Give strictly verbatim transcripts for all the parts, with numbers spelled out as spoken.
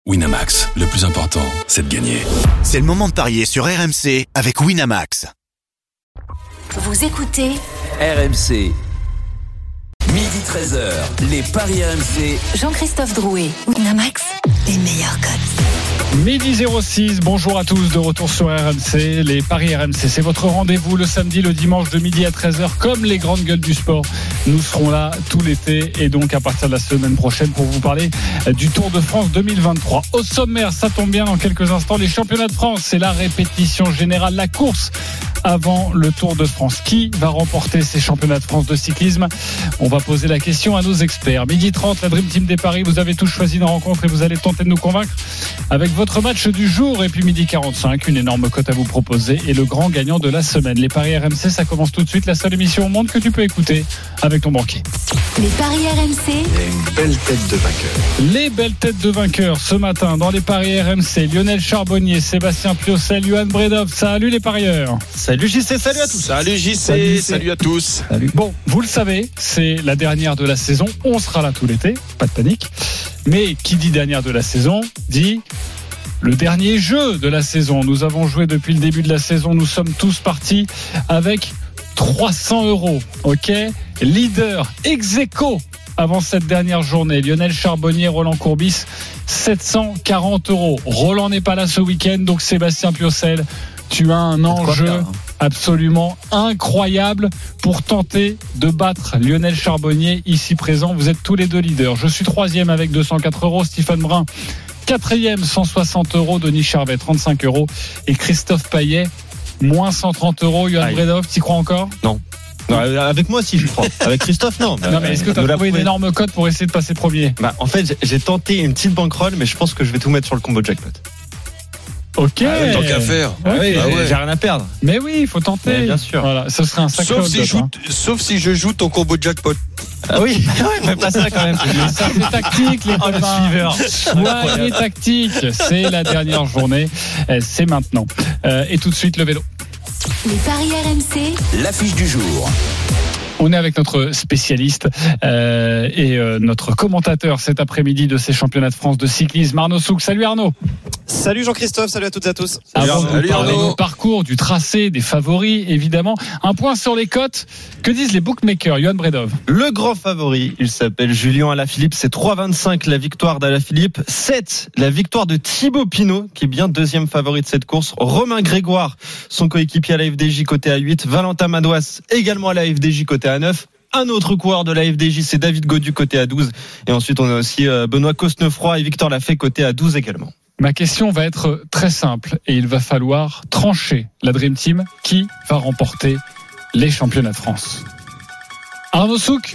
Winamax, le plus important, c'est de gagner. C'est le moment de parier sur R M C avec Winamax. Vous écoutez R M C. Midi treize heures, les paris R M C. Jean-Christophe Drouet, Winamax, les meilleurs codes. Midi zéro six, bonjour à tous, de retour sur R M C, les paris R M C, c'est votre rendez-vous le samedi, le dimanche de midi à treize heures, comme les grandes gueules du sport. Nous serons là tout l'été et donc à partir de la semaine prochaine pour vous parler du Tour de France deux mille vingt-trois. Au sommaire, ça tombe bien, dans quelques instants, les championnats de France, c'est la répétition générale, la course avant le Tour de France. Qui va remporter ces championnats de France de cyclisme? On va poser la question à nos experts. Midi trente, la Dream Team des paris, vous avez tous choisi une rencontre et vous allez tenter de nous convaincre avec votre match du jour. Et puis midi quarante-cinq, une énorme cote à vous proposer et le grand gagnant de la semaine. Les paris R M C, ça commence tout de suite, la seule émission au monde que tu peux écouter avec ton banquier. Les paris R M C. Il y a une belle tête de vainqueur. Les belles têtes de vainqueurs ce matin dans les paris R M C. Lionel Charbonnier, Sébastien Piocel, Johan Bredov. Salut les parieurs. Salut J C, salut à tous. Salut J C, Salut J C. salut à tous. Salut. Bon, vous le savez, c'est la dernière de la saison. On sera là tout l'été, pas de panique. Mais qui dit dernière de la saison, dit le dernier jeu de la saison. Nous avons joué depuis le début de la saison. Nous sommes tous partis avec trois cents euros. Ok, leader ex aequo avant cette dernière journée. Lionel Charbonnier, Roland Courbis, sept cent quarante euros. Roland n'est pas là ce week-end, donc Sébastien Piocel, tu as un enjeu faire, hein. absolument incroyable pour tenter de battre Lionel Charbonnier ici présent. Vous êtes tous les deux leaders. Je suis troisième avec deux cent quatre euros. Stéphane Brun, quatrième, cent soixante euros. Denis Charvet, trente-cinq euros. Et Christophe Payet, moins cent trente euros. Johan Bredov, t'y crois encore? Non. Non, avec moi si je crois. Avec Christophe non. Non mais est-ce que tu as trouvé une énorme cote pour essayer de passer premier? Bah en fait j'ai tenté une petite bankroll, mais je pense que je vais tout mettre sur le combo jackpot. Ok. Ah, tant qu'à faire. Ah oui, ah ouais. J'ai rien à perdre. Mais oui, il faut tenter. Mais bien sûr. Voilà, ce serait un sacré. Sauf si, hein. joue, sauf si je joue ton combo jackpot. Ah oui, mais pas ça quand même. C'est tactique, les oh, copains. Soyez tactique. C'est la dernière journée. C'est maintenant. Et tout de suite le vélo. Les paris R M C. L'affiche du jour. On est avec notre spécialiste euh, et euh, notre commentateur cet après-midi de ces championnats de France de cyclisme, Arnaud Souk. Salut Arnaud. Salut Jean-Christophe, salut à toutes et à tous. Avant Salut, de parler Arnaud. du parcours, du tracé, des favoris, évidemment. Un point sur les cotes. Que disent les bookmakers, Johan Bredov? Le grand favori, il s'appelle Julien Alaphilippe. C'est trois virgule vingt-cinq la victoire d'Alaphilippe. sept la victoire de Thibaut Pinot, qui est bien deuxième favori de cette course. Romain Grégoire, son coéquipier à la F D J côté à huit. Valentin Madouas, également à la F D J côté à neuf. Un autre coureur de la F D J, c'est David Gaudu côté à douze. Et ensuite, on a aussi Benoît Cosnefroy et Victor Lafay côté à douze également. Ma question va être très simple et il va falloir trancher la Dream Team. Qui va remporter les championnats de France? Arnaud Souk.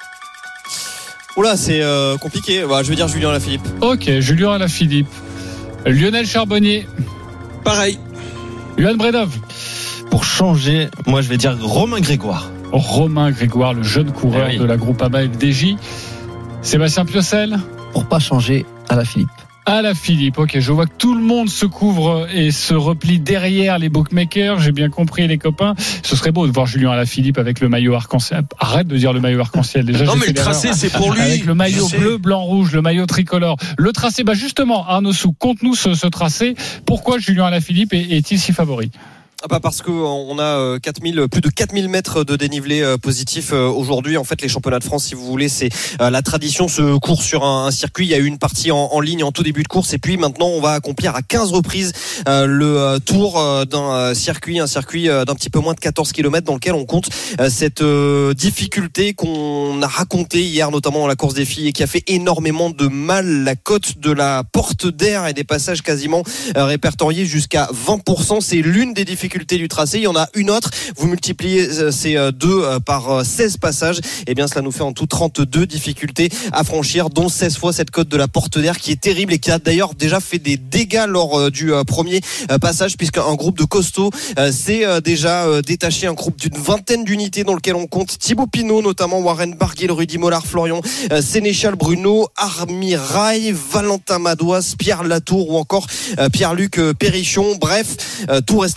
Oula, c'est euh, compliqué. Bah, je vais dire Julien Alaphilippe. Ok, Julien Alaphilippe. Lionel Charbonnier. Pareil. Johan Bredov. Pour changer, moi je vais dire Romain Grégoire. Romain Grégoire, le jeune coureur oui. de la Groupama F D J. Sébastien Piocel. Pour pas changer, Alaphilippe. Alaphilippe, ok, je vois que tout le monde se couvre et se replie derrière les bookmakers, j'ai bien compris les copains. Ce serait beau de voir Julien Alaphilippe avec le maillot arc-en-ciel. Arrête de dire le maillot arc-en-ciel, déjà. Non j'ai mais fait le tracé l'erreur. c'est pour lui. Avec le maillot bleu, blanc, rouge, le maillot tricolore. Le tracé, bah justement, Arnaud Souk, conte-nous ce, ce tracé. Pourquoi Julien Alaphilippe est, est-il si favori? Ah bah parce que on a quatre mille, plus de quatre mille mètres de dénivelé positif aujourd'hui. En fait, les championnats de France, si vous voulez, c'est la tradition se court sur un, un circuit. Il y a eu une partie en, en ligne en tout début de course et puis maintenant on va accomplir à quinze reprises euh, le tour d'un circuit, un circuit d'un petit peu moins de quatorze kilomètres dans lequel on compte cette euh, difficulté qu'on a racontée hier, notamment dans la course des filles et qui a fait énormément de mal. La cote de la porte d'air et des passages quasiment euh, répertoriés jusqu'à vingt pour cent. C'est l'une des difficultés du tracé. Il y en a une autre. Vous multipliez ces deux par seize passages. Et bien, cela nous fait en tout trente-deux difficultés à franchir, dont seize fois cette côte de la porte d'air qui est terrible et qui a d'ailleurs déjà fait des dégâts lors du premier passage puisqu'un groupe de costauds s'est déjà détaché, un groupe d'une vingtaine d'unités dans lequel on compte Thibaut Pinot, notamment Warren Barguil, Rudy Mollard, Florian Sénéchal, Bruno Armirail, Valentin Madouas, Pierre Latour ou encore Pierre-Luc Perrichon. Bref, tout reste à faire évidemment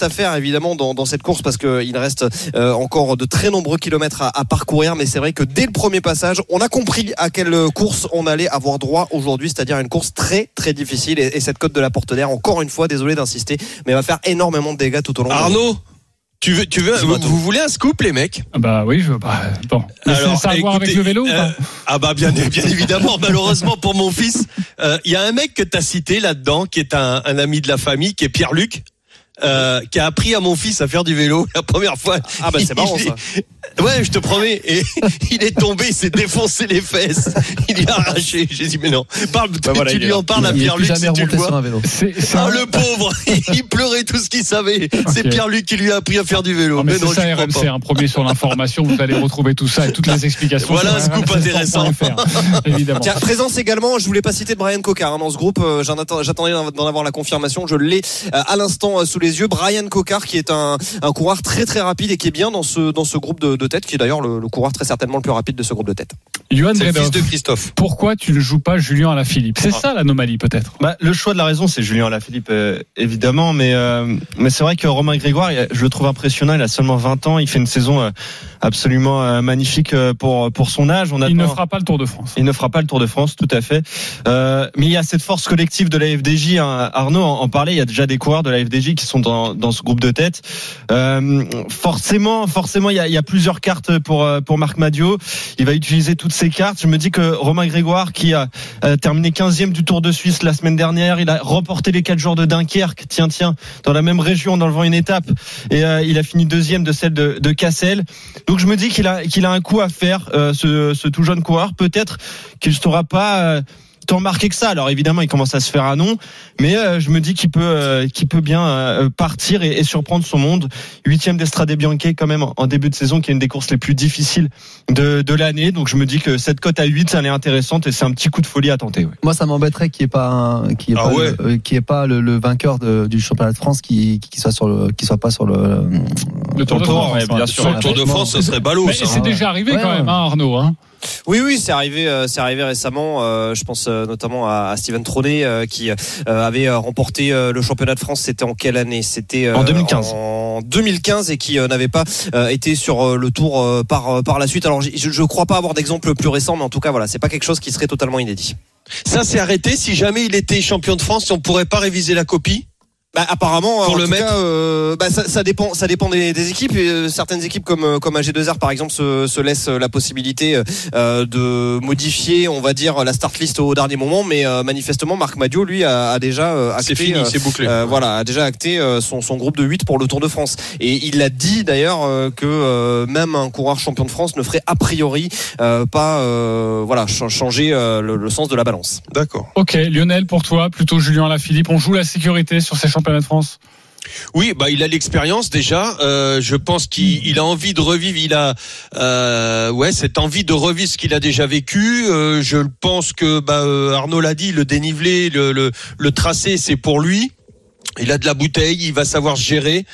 évidemment dans, dans cette course parce qu'il reste euh, encore de très nombreux kilomètres à, à parcourir, mais c'est vrai que dès le premier passage, on a compris à quelle course on allait avoir droit aujourd'hui, c'est-à-dire une course très très difficile et, et cette côte de la Porte d'Air, encore une fois, désolé d'insister, mais va faire énormément de dégâts tout au long. Arnaud, tu veux, tu veux, vous, vous voulez un scoop, les mecs? Bah oui, je veux pas. Bon. Alors, ça a à voir avec le vélo ou pas? euh, Ah bah bien, bien évidemment. Malheureusement pour mon fils, il euh, y a un mec que t'as cité là-dedans, qui est un, un ami de la famille, qui est Pierre-Luc. Euh, qui a appris à mon fils à faire du vélo la première fois. Ah bah c'est marrant ça. Ouais, je te promets. Et il est tombé, il s'est défoncé les fesses. Il lui a arraché. J'ai dit mais non. Parle, bah voilà, tu lui en parles à Pierre-Luc si tu le vois. C'est, c'est ah un... le pauvre, il pleurait tout ce qu'il savait. Okay. C'est Pierre-Luc qui lui a appris à faire du vélo. Non, mais, mais c'est non, ça R M C, un premier sur l'information. Vous allez retrouver tout ça et toutes les explications. Voilà un scoop intéressant. Évidemment. Tiens, présence également. Je voulais pas citer de Brian Cocard hein, dans ce groupe. J'attendais d'en avoir la confirmation. Je l'ai à l'instant sous les yeux. Brian Cocard qui est un, un coureur très très rapide et qui est bien dans ce, dans ce groupe de, de tête, qui est d'ailleurs le, le coureur très certainement le plus rapide de ce groupe de tête. Johan c'est Bredov, le fils de Christophe. Pourquoi tu ne joues pas Julien Alaphilippe? C'est ah. ça l'anomalie peut-être. Bah, le choix de la raison, c'est Julien Alaphilippe euh, évidemment, mais euh, mais c'est vrai que Romain Grégoire, je le trouve impressionnant. Il a seulement vingt ans, il fait une saison euh, absolument euh, magnifique pour pour son âge. On il ne fera pas le Tour de France. Il ne fera pas le Tour de France, tout à fait. Euh, mais il y a cette force collective de la F D J. Hein, Arnaud en, en parlait. Il y a déjà des coureurs de la F D J qui sont dans dans ce groupe de tête. Euh, forcément, forcément, il y a, il y a plusieurs cartes pour pour Marc Madiot. Il va utiliser toutes ces cartes. Je me dis que Romain Grégoire, qui a, a terminé quinzième du Tour de Suisse la semaine dernière, il a remporté les quatre jours de Dunkerque. Tiens, tiens, dans la même région, en enlevant une étape, et euh, il a fini deuxième de celle de, de Cassel. Donc je me dis qu'il a qu'il a un coup à faire, euh, ce, ce tout jeune coureur. Peut-être qu'il ne sera pas euh, tant marqué que ça. Alors évidemment, il commence à se faire un nom, mais euh, je me dis qu'il peut, euh, qu'il peut bien euh, partir et, et surprendre son monde. Huitième d'Estrade Bianche quand même en début de saison, qui est une des courses les plus difficiles de, de l'année. Donc je me dis que cette cote à huit, elle est intéressante et c'est un petit coup de folie à tenter. Ouais. Moi, ça m'embêterait qu'il n'y ait pas, un, qu'il y ait ah pas, ouais. le, qu'il y ait pas le, le vainqueur de, du championnat de France qui, qui soit sur le, qui soit pas sur le, le Tour de France. Ouais, bien sûr. Le Tour de France, ça serait ballot. Mais ça, c'est hein. déjà arrivé ouais, quand ouais. même, hein, Arnaud. Hein. Oui, oui, c'est arrivé, euh, c'est arrivé récemment. Euh, je pense euh, notamment à, à Steven Traudet euh, qui euh, avait euh, remporté euh, le championnat de France. C'était en quelle année? C'était euh, en deux mille quinze. En deux mille quinze et qui euh, n'avait pas euh, été sur euh, le Tour euh, par euh, par la suite. Alors, je, je crois pas avoir d'exemple plus récent, mais en tout cas, voilà, c'est pas quelque chose qui serait totalement inédit. Ça, c'est arrêté. Si jamais il était champion de France, on pourrait pas réviser la copie. Bah, apparemment, pour en le tout mettre. cas, euh, bah, ça, ça dépend, ça dépend des, des équipes. Et, euh, certaines équipes comme comme A G deux R par exemple se, se laissent la possibilité euh, de modifier, on va dire, la start list au dernier moment. Mais euh, manifestement, Marc Madiot, lui, a, a déjà euh, acté, c'est fini, euh, c'est bouclé. Euh, voilà, a déjà acté euh, son, son groupe de huit pour le Tour de France. Et il a dit d'ailleurs euh, que euh, même un coureur champion de France ne ferait a priori euh, pas, euh, voilà, ch- changer euh, le, le sens de la balance. D'accord. Ok, Lionel, pour toi, plutôt Julien Alaphilippe. On joue la sécurité sur ces championnats de France. Oui, bah il a l'expérience déjà. Euh, je pense qu'il il a envie de revivre. Il a, euh, ouais, cette envie de revivre ce qu'il a déjà vécu. Euh, je pense que bah euh, Arnaud l'a dit, le dénivelé, le le, le tracé, c'est pour lui. Il a de la bouteille, il va savoir se gérer.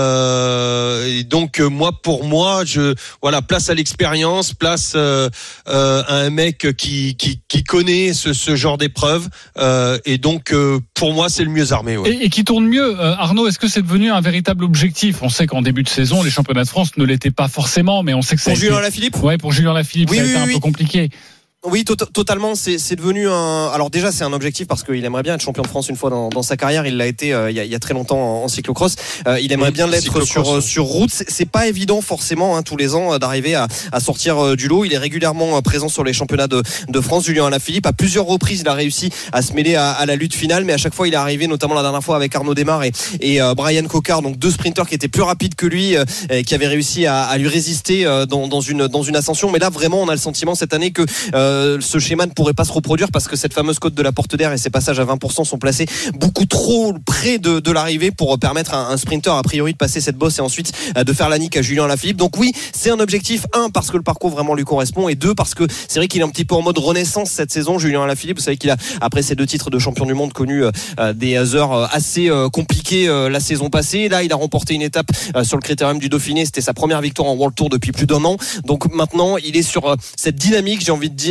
Euh, et donc moi, pour moi, je voilà, place à l'expérience, place euh, euh, à un mec qui qui, qui connaît ce, ce genre d'épreuve. Euh, et donc euh, pour moi, c'est le mieux armé. Ouais. Et, et qui tourne mieux. Euh, Arnaud, est-ce que c'est devenu un véritable objectif? On sait qu'en début de saison, les championnats de France ne l'étaient pas forcément, mais on sait que ça Pour a Julien été... Alaphilippe. Ouais, pour Julien Alaphilippe, Oui, ça a oui, été oui, un oui. peu compliqué. Oui, to- totalement. C'est, c'est devenu un. Alors déjà, c'est un objectif parce qu'il aimerait bien être champion de France une fois dans, dans sa carrière. Il l'a été euh, il, y a, il y a très longtemps en, en cyclocross. Euh, il aimerait Oui, bien l'être cyclocross, sur ouais. sur route. C'est, c'est pas évident forcément hein, tous les ans euh, d'arriver à, à sortir euh, du lot. Il est régulièrement euh, présent sur les championnats de, de France. Julien Alaphilippe, à plusieurs reprises, il a réussi à se mêler à, à la lutte finale, mais à chaque fois, il est arrivé, notamment la dernière fois avec Arnaud Desmar et, et euh, Brian Cocard, donc deux sprinteurs qui étaient plus rapides que lui, euh, et qui avaient réussi à, à lui résister euh, dans, dans une dans une ascension. Mais là, vraiment, on a le sentiment cette année que euh, ce schéma ne pourrait pas se reproduire parce que cette fameuse côte de la Porte d'Air et ses passages à vingt pour cent sont placés beaucoup trop près de, de l'arrivée pour permettre à un, un sprinter a priori de passer cette bosse et ensuite euh, de faire la nique à Julien Alaphilippe. Donc oui, c'est un objectif, un, parce que le parcours vraiment lui correspond, et deux, parce que c'est vrai qu'il est un petit peu en mode renaissance cette saison, Julien Alaphilippe. Vous savez qu'il a, après ses deux titres de champion du monde, connu euh, des heures assez euh, compliquées euh, la saison passée. Là, il a remporté une étape euh, sur le Critérium du Dauphiné. C'était sa première victoire en World Tour depuis plus d'un an. Donc maintenant, il est sur euh, cette dynamique, j'ai envie de dire,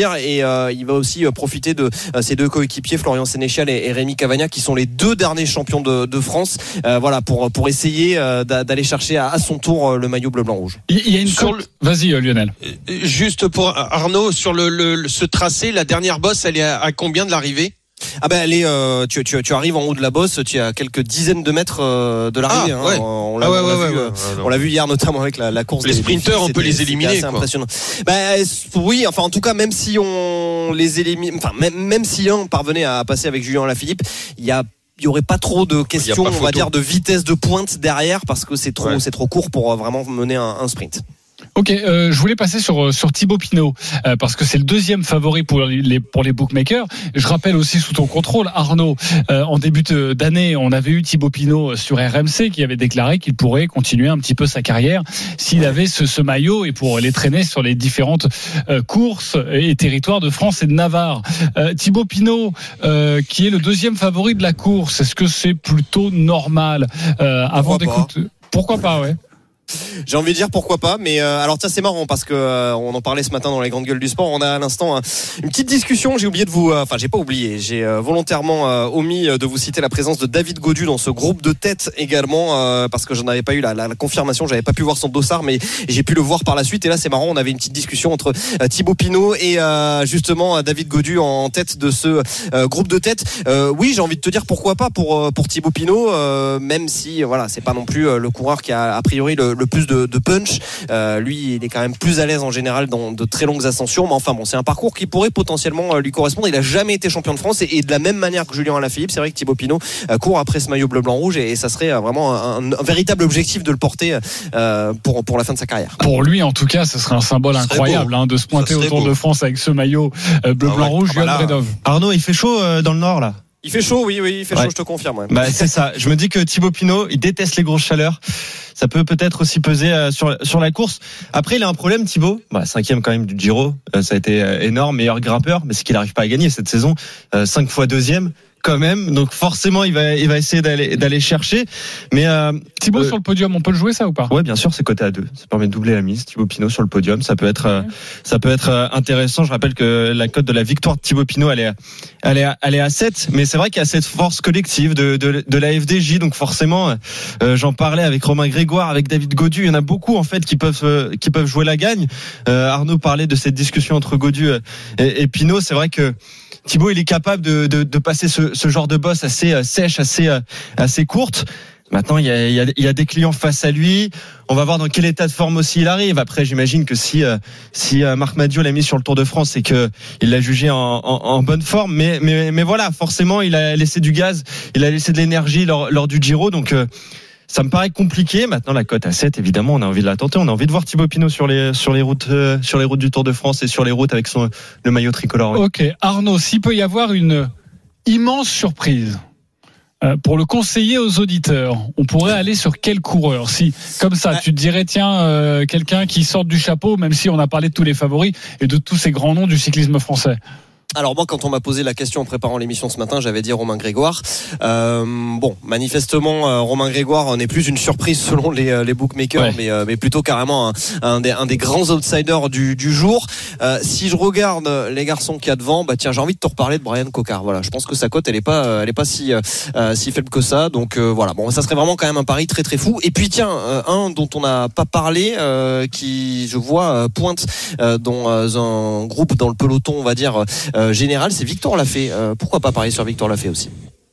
dire, et euh, il va aussi euh, profiter de euh, ses deux coéquipiers, Florian Sénéchal et, et Rémi Cavagna, qui sont les deux derniers champions de, de France, euh, voilà, pour pour essayer euh, d'aller chercher à, à son tour euh, le maillot bleu blanc rouge. Il y a une cote. Le... Vas-y euh, Lionel. Juste pour Arnaud, sur le, le ce tracé, la dernière bosse, elle est à, à combien de l'arrivée? Ah ben elle est, euh, tu, tu, tu arrives en haut de la bosse, tu es à quelques dizaines de mètres euh, de l'arrivée. Ah, ouais. hein. On l'a, ah ouais, on l'a ouais, vu, ouais, euh, ouais, on l'a vu hier notamment avec la, la course. Les des, sprinters, des filles, on peut les éliminer. C'est quoi. impressionnant. Ben oui, enfin en tout cas même si on les élimine, enfin même, même si on parvenait à passer avec Julien Alaphilippe, il y a il y aurait pas trop de questions, on va dire, de vitesse de pointe derrière parce que c'est trop, ouais. c'est trop court pour vraiment mener un, un sprint. Ok, euh, je voulais passer sur sur Thibaut Pinot euh, parce que c'est le deuxième favori pour les pour les bookmakers. Je rappelle aussi sous ton contrôle, Arnaud, euh, en début d'année, on avait eu Thibaut Pinot sur R M C qui avait déclaré qu'il pourrait continuer un petit peu sa carrière s'il avait ce, ce maillot et pour les traîner sur les différentes euh, courses et territoires de France et de Navarre. Euh, Thibaut Pinot, euh, qui est le deuxième favori de la course, est-ce que c'est plutôt normal euh, avant d'écouter? Pourquoi pas, ouais. J'ai envie de dire pourquoi pas, mais euh, alors ça c'est marrant parce que euh, on en parlait ce matin dans les grandes gueules du sport. On a à l'instant hein, une petite discussion. J'ai oublié de vous, enfin euh, j'ai pas oublié, j'ai euh, volontairement euh, omis de vous citer la présence de David Gaudu dans ce groupe de tête également euh, parce que j'en avais pas eu la, la, la confirmation. J'avais pas pu voir son dossard, mais j'ai pu le voir par la suite. Et là c'est marrant, on avait une petite discussion entre euh, Thibaut Pinot et euh, justement David Gaudu en tête de ce euh, groupe de tête. Euh, oui, j'ai envie de te dire pourquoi pas pour pour Thibaut Pinot, euh, même si voilà c'est pas non plus euh, le coureur qui a a priori le le plus de, de punch. Euh, lui, il est quand même plus à l'aise en général dans de très longues ascensions. Mais enfin bon, c'est un parcours qui pourrait potentiellement lui correspondre. Il a jamais été champion de France et, et de la même manière que Julien Alaphilippe, c'est vrai que Thibaut Pinot euh, court après ce maillot bleu blanc rouge et, et ça serait vraiment un, un véritable objectif de le porter euh, pour pour la fin de sa carrière. Pour lui, en tout cas, ce serait un symbole incroyable hein, de se pointer au Tour de France avec ce maillot euh, bleu ah blanc ouais. rouge. Ah bah là, Arnaud, il fait chaud euh, dans le nord là. Il fait chaud, oui, oui, il fait ouais. chaud, je te confirme. Ouais. Bah, c'est ça. Je me dis que Thibaut Pinot, il déteste les grosses chaleurs. Ça peut peut-être aussi peser euh, sur sur la course. Après, il a un problème, Thibaut. Bah, cinquième quand même du Giro. Euh, ça a été euh, énorme, meilleur grimpeur, mais c'est qu'il n'arrive pas à gagner cette saison. Euh, cinq fois deuxième. Quand même, donc forcément il va il va essayer d'aller d'aller chercher. Mais euh, Thibaut euh, sur le podium, on peut le jouer ça ou pas? Ouais, bien sûr, c'est coté à deux. Ça permet de doubler la mise. Thibaut Pinot sur le podium, ça peut être euh, ça peut être euh, intéressant. Je rappelle que la cote de la victoire de Thibaut Pinot, elle est elle est à, elle est à sept, mais c'est vrai qu'il y a cette force collective de de, de la F D J, donc forcément euh, j'en parlais avec Romain Grégoire, avec David Gaudu, il y en a beaucoup en fait qui peuvent euh, qui peuvent jouer la gagne. Euh, Arnaud parlait de cette discussion entre Gaudu et, et Pinot, c'est vrai que Thibaut, il est capable de, de, de passer ce, ce genre de bosse assez euh, sèche, assez, euh, assez courte. Maintenant, il y, a, il, y a, il y a des clients face à lui. On va voir dans quel état de forme aussi il arrive. Après, j'imagine que si, euh, si euh, Marc Madiot l'a mis sur le Tour de France, c'est que il l'a jugé en, en, en bonne forme. Mais, mais, mais voilà, forcément, il a laissé du gaz, il a laissé de l'énergie lors, lors du Giro. Donc, euh, ça me paraît compliqué. Maintenant, la cote à sept, évidemment, on a envie de la tenter. On a envie de voir Thibaut Pinot sur les, sur les routes, euh, sur les routes du Tour de France et sur les routes avec son, le maillot tricolore. Oui. Ok. Arnaud, s'il peut y avoir une immense surprise, euh, pour le conseiller aux auditeurs, on pourrait aller sur quel coureur? Si, comme ça, tu te dirais, tiens, euh, quelqu'un qui sort du chapeau, même si on a parlé de tous les favoris et de tous ces grands noms du cyclisme français. Alors moi, quand on m'a posé la question en préparant l'émission ce matin, j'avais dit Romain Grégoire. Euh, bon, manifestement, euh, Romain Grégoire n'est plus une surprise selon les, les bookmakers, ouais. mais, euh, mais plutôt carrément un, un, des, un des grands outsiders du, du jour. Euh, si je regarde les garçons qu'il y a devant, bah tiens, j'ai envie de te reparler de Brian Cocard. Voilà, je pense que sa cote, elle est pas, elle est pas si, euh, si faible que ça. Donc euh, voilà, bon, ça serait vraiment quand même un pari très très fou. Et puis tiens, euh, un dont on n'a pas parlé, euh, qui je vois euh, pointe euh, dans euh, un groupe dans le peloton, on va dire. Euh, général, c'est Victor Lafay. Euh, pourquoi pas parier sur Victor Lafay aussi?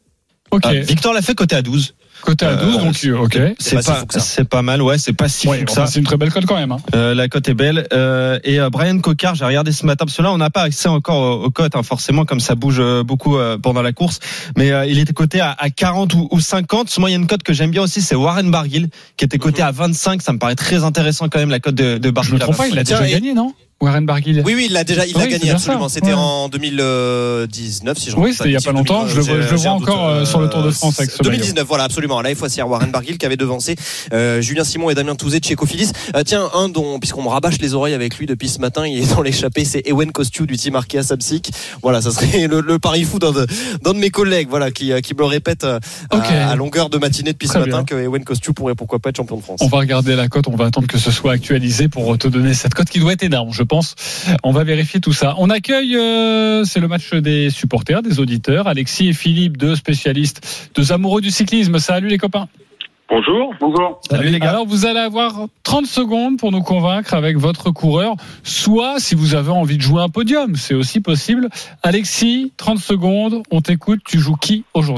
Ok. Euh, Victor Lafay côté à douze. Côté à douze, euh, donc ok. C'est, c'est, pas, pas c'est pas mal, ouais, c'est pas si ouais, fou que enfin, ça. C'est une très belle cote quand même. Hein. Euh, la cote est belle. Euh, et euh, Brian Cocard, j'ai regardé ce matin, parce que là, on n'a pas accès encore aux, aux cotes, hein, forcément, comme ça bouge beaucoup euh, pendant la course. Mais euh, il était coté à, à quarante ou, ou cinquante. Moi, il y a une cote que j'aime bien aussi, c'est Warren Barguil, qui était coté mm-hmm. à vingt-cinq. Ça me paraît très intéressant quand même, la cote de, de Barguil. Je me trompe pas, il a déjà gagné, non? Warren Barguil. Oui, oui, il l'a déjà, il oui, a gagné absolument. Ça. C'était ouais. en deux mille dix-neuf, si je Oui, c'était il y a pas longtemps. Je le vois, je le vois encore euh, sur le Tour de France avec ce deux mille dix-neuf, voilà, absolument. La fois, c'est Warren Barguil qui avait devancé euh, Julien Simon et Damien Touzet de chez Cofidis. Euh, tiens, un dont, puisqu'on me rabâche les oreilles avec lui depuis ce matin, il est dans l'échappée, c'est Ewen Kostiou du team Arkea Samsic. Voilà, ça serait le, le pari fou d'un de, d'un de mes collègues, voilà, qui, qui me le répète euh, okay. à, à longueur de matinée depuis Très ce matin bien. que Ewen Kostiou pourrait pourquoi pas être champion de France. On va regarder la cote, on va attendre que ce soit actualisé pour te donner cette cote qui doit être énorme, je pense. pense. On va vérifier tout ça. On accueille, euh, c'est le match des supporters, des auditeurs. Alexis et Philippe, deux spécialistes, deux amoureux du cyclisme. Salut les copains. Bonjour. Bonjour. Salut les gars. Alors vous allez avoir trente secondes pour nous convaincre avec votre coureur, soit si vous avez envie de jouer un podium, c'est aussi possible. Alexis, trente secondes, on t'écoute, tu joues qui aujourd'hui ?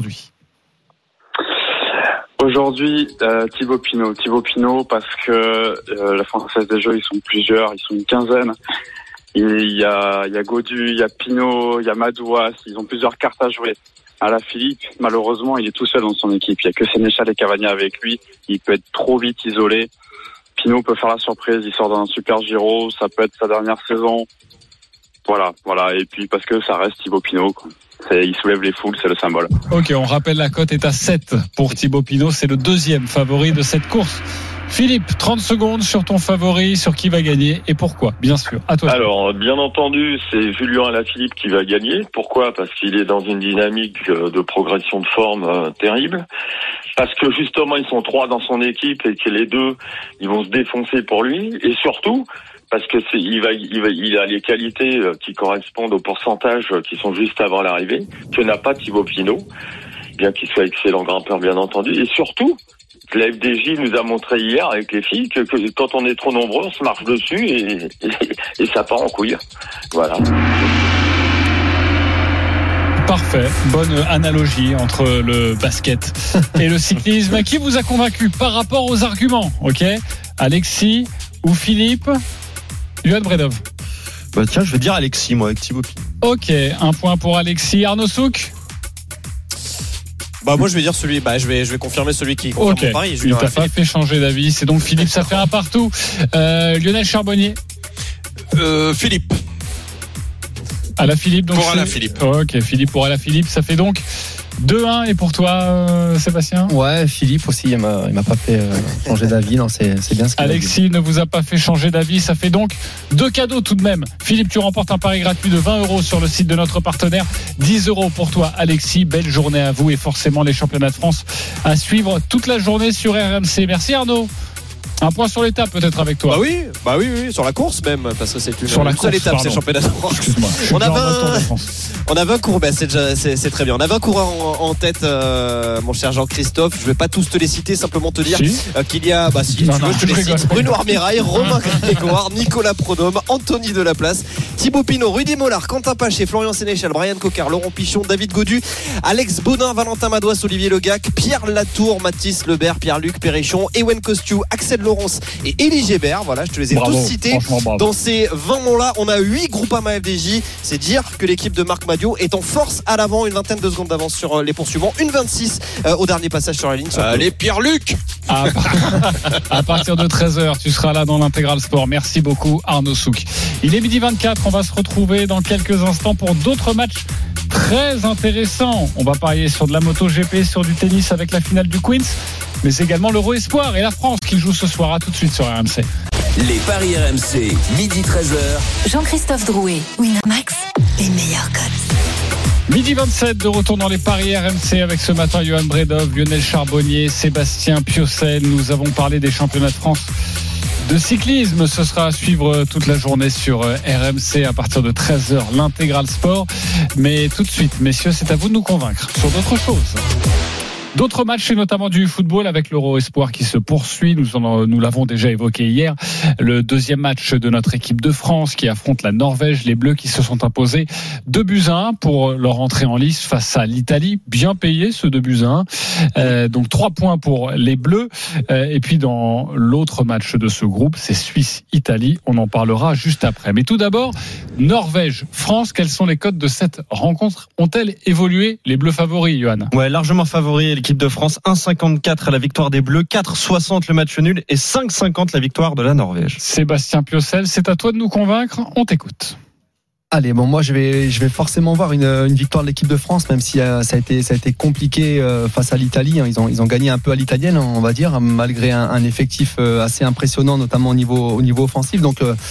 Aujourd'hui, euh, Thibaut Pinot. Thibaut Pinot parce que euh, la Française des Jeux, ils sont plusieurs, ils sont une quinzaine. Il y a, il y a Gaudu, il y a Pinot, il y a Madouas, ils ont plusieurs cartes à jouer. Alaphilippe, malheureusement, il est tout seul dans son équipe. Il n'y a que Sénéchal et Cavagna avec lui. Il peut être trop vite isolé. Pinot peut faire la surprise. Il sort d'un super Giro. Ça peut être sa dernière saison. Voilà, voilà. Et puis parce que ça reste Thibaut Pinot, quoi. C'est, il soulève les foules, c'est le symbole. Ok, on rappelle la cote est à sept pour Thibaut Pinot. C'est le deuxième favori de cette course. Philippe, trente secondes sur ton favori, sur qui va gagner et pourquoi, bien sûr. À toi. Alors, bien entendu, c'est Julien Alaphilippe qui va gagner. Pourquoi ? Parce qu'il est dans une dynamique de progression de forme euh, terrible. Parce que justement, ils sont trois dans son équipe et que les deux, ils vont se défoncer pour lui. Et surtout, parce que c'est, il va, il va, il a les qualités qui correspondent aux pourcentages qui sont juste avant l'arrivée, que n'a pas Thibaut Pinot, bien qu'il soit excellent grimpeur, bien entendu. Et surtout, la F D J nous a montré hier avec les filles que, que quand on est trop nombreux, on se marche dessus et, et, et ça part en couille. Voilà. Parfait, bonne analogie entre le basket et le cyclisme. Qui vous a convaincu par rapport aux arguments ? Ok, Alexis ou Philippe ? Johan Bredov. Bah tiens, je vais dire Alexis, moi, avec Thibaut Pinot. Ok, un point pour Alexis. Arnaud Souk ? Bah moi je vais dire celui, bah je vais je vais confirmer celui qui confirme okay. mon pari. Il t'a pas fait changer d'avis, c'est donc Philippe, ça fait un partout. Euh, Lionel Charbonnier. Euh, Philippe. Alaphilippe donc. Pour Alaphilippe. Ok, Philippe pour Alaphilippe, ça fait donc deux un. Et pour toi, euh, Sébastien ? Ouais, Philippe aussi, il m'a, il m'a pas fait euh, changer d'avis. Non, c'est, c'est bien ce qu'il Alexis ne vous a pas fait changer d'avis. Ça fait donc deux cadeaux tout de même. Philippe, tu remportes un pari gratuit de vingt euros sur le site de notre partenaire. dix euros pour toi, Alexis. Belle journée à vous et forcément les championnats de France à suivre toute la journée sur R M C. Merci Arnaud. Un point sur l'étape peut-être avec toi. Bah oui, bah oui, oui, sur la course même, parce que c'est une, sur la une course, seule étape, pardon. c'est le championnat de France. Excuse-moi, on a vingt, on a vingt coureurs, bah c'est déjà, c'est, c'est très bien. On a vingt coureurs en, en tête, euh, mon cher Jean-Christophe. Je vais pas tous te les citer, simplement te dire si. euh, qu'il y a, bah si, non, tu non, veux, je te les cite. Bruno Armirail, Romain Grégoire, Nicolas Prodhomme, Anthony Delaplace, Thibaut Pinot, Rudy Mollard, Quentin Paché, Florian Sénéchal, Brian Cocard, Laurent Pichon, David Gaudu, Alex Baudin, Valentin Madouas, Olivier Legac, Pierre Latour, Mathis Lebert, Pierre-Luc Perrichon, Ewen Costiou, Axel Laurence et Élie Gébert. Voilà, je te les ai bravo, tous cités. Dans ces vingt noms-là, on a huit Groupama F D J. C'est dire que l'équipe de Marc Madiot est en force à l'avant, une vingtaine de secondes d'avance sur les poursuivants, une vingt-six euh, au dernier passage sur la ligne. Sur Allez, Pierre-Luc. À, à partir de treize heures, tu seras là dans l'intégral sport. Merci beaucoup Arnaud Souk. Il est midi vingt-quatre, on va se retrouver dans quelques instants pour d'autres matchs très intéressants. On va parier sur de la moto G P, sur du tennis avec la finale du Queens, mais également l'Euro Espoir et la France qui joue ce soir. À tout de suite sur R M C. Les paris R M C, midi treize heures. Jean-Christophe Drouet, Winamax, les meilleurs codes. Midi vingt-sept, de retour dans les paris R M C avec ce matin Johan Bredov, Lionel Charbonnier, Sébastien Piocel. Nous avons parlé des championnats de France de cyclisme. Ce sera à suivre toute la journée sur R M C à partir de treize heures, l'intégral sport. Mais tout de suite, messieurs, c'est à vous de nous convaincre sur d'autres choses. D'autres matchs et notamment du football avec l'Euro Espoir qui se poursuit. Nous, en, nous l'avons déjà évoqué hier. Le deuxième match de notre équipe de France qui affronte la Norvège. Les Bleus qui se sont imposés deux buts à un pour leur entrée en lice face à l'Italie. Bien payé ce deux buts à un. Euh, donc trois points pour les Bleus. Euh, et puis dans l'autre match de ce groupe, c'est Suisse-Italie. On en parlera juste après. Mais tout d'abord, Norvège-France. Quels sont les codes de cette rencontre ? Ont-elles évolué, les Bleus favoris, Johan ? Ouais, largement favoris. L'équipe de France, un virgule cinquante-quatre à la victoire des Bleus, quatre virgule soixante le match nul et cinq virgule cinquante la victoire de la Norvège. Sébastien Piocel, c'est à toi de nous convaincre, on t'écoute. Allez, bon, moi je vais, je vais forcément voir une, une victoire de l'équipe de France, même si euh, ça a été, ça a été compliqué euh, face à l'Italie. Hein. Ils ont, ils ont gagné un peu à l'italienne, on va dire, malgré un, un effectif euh, assez impressionnant, notamment au niveau, au niveau offensif. Donc euh,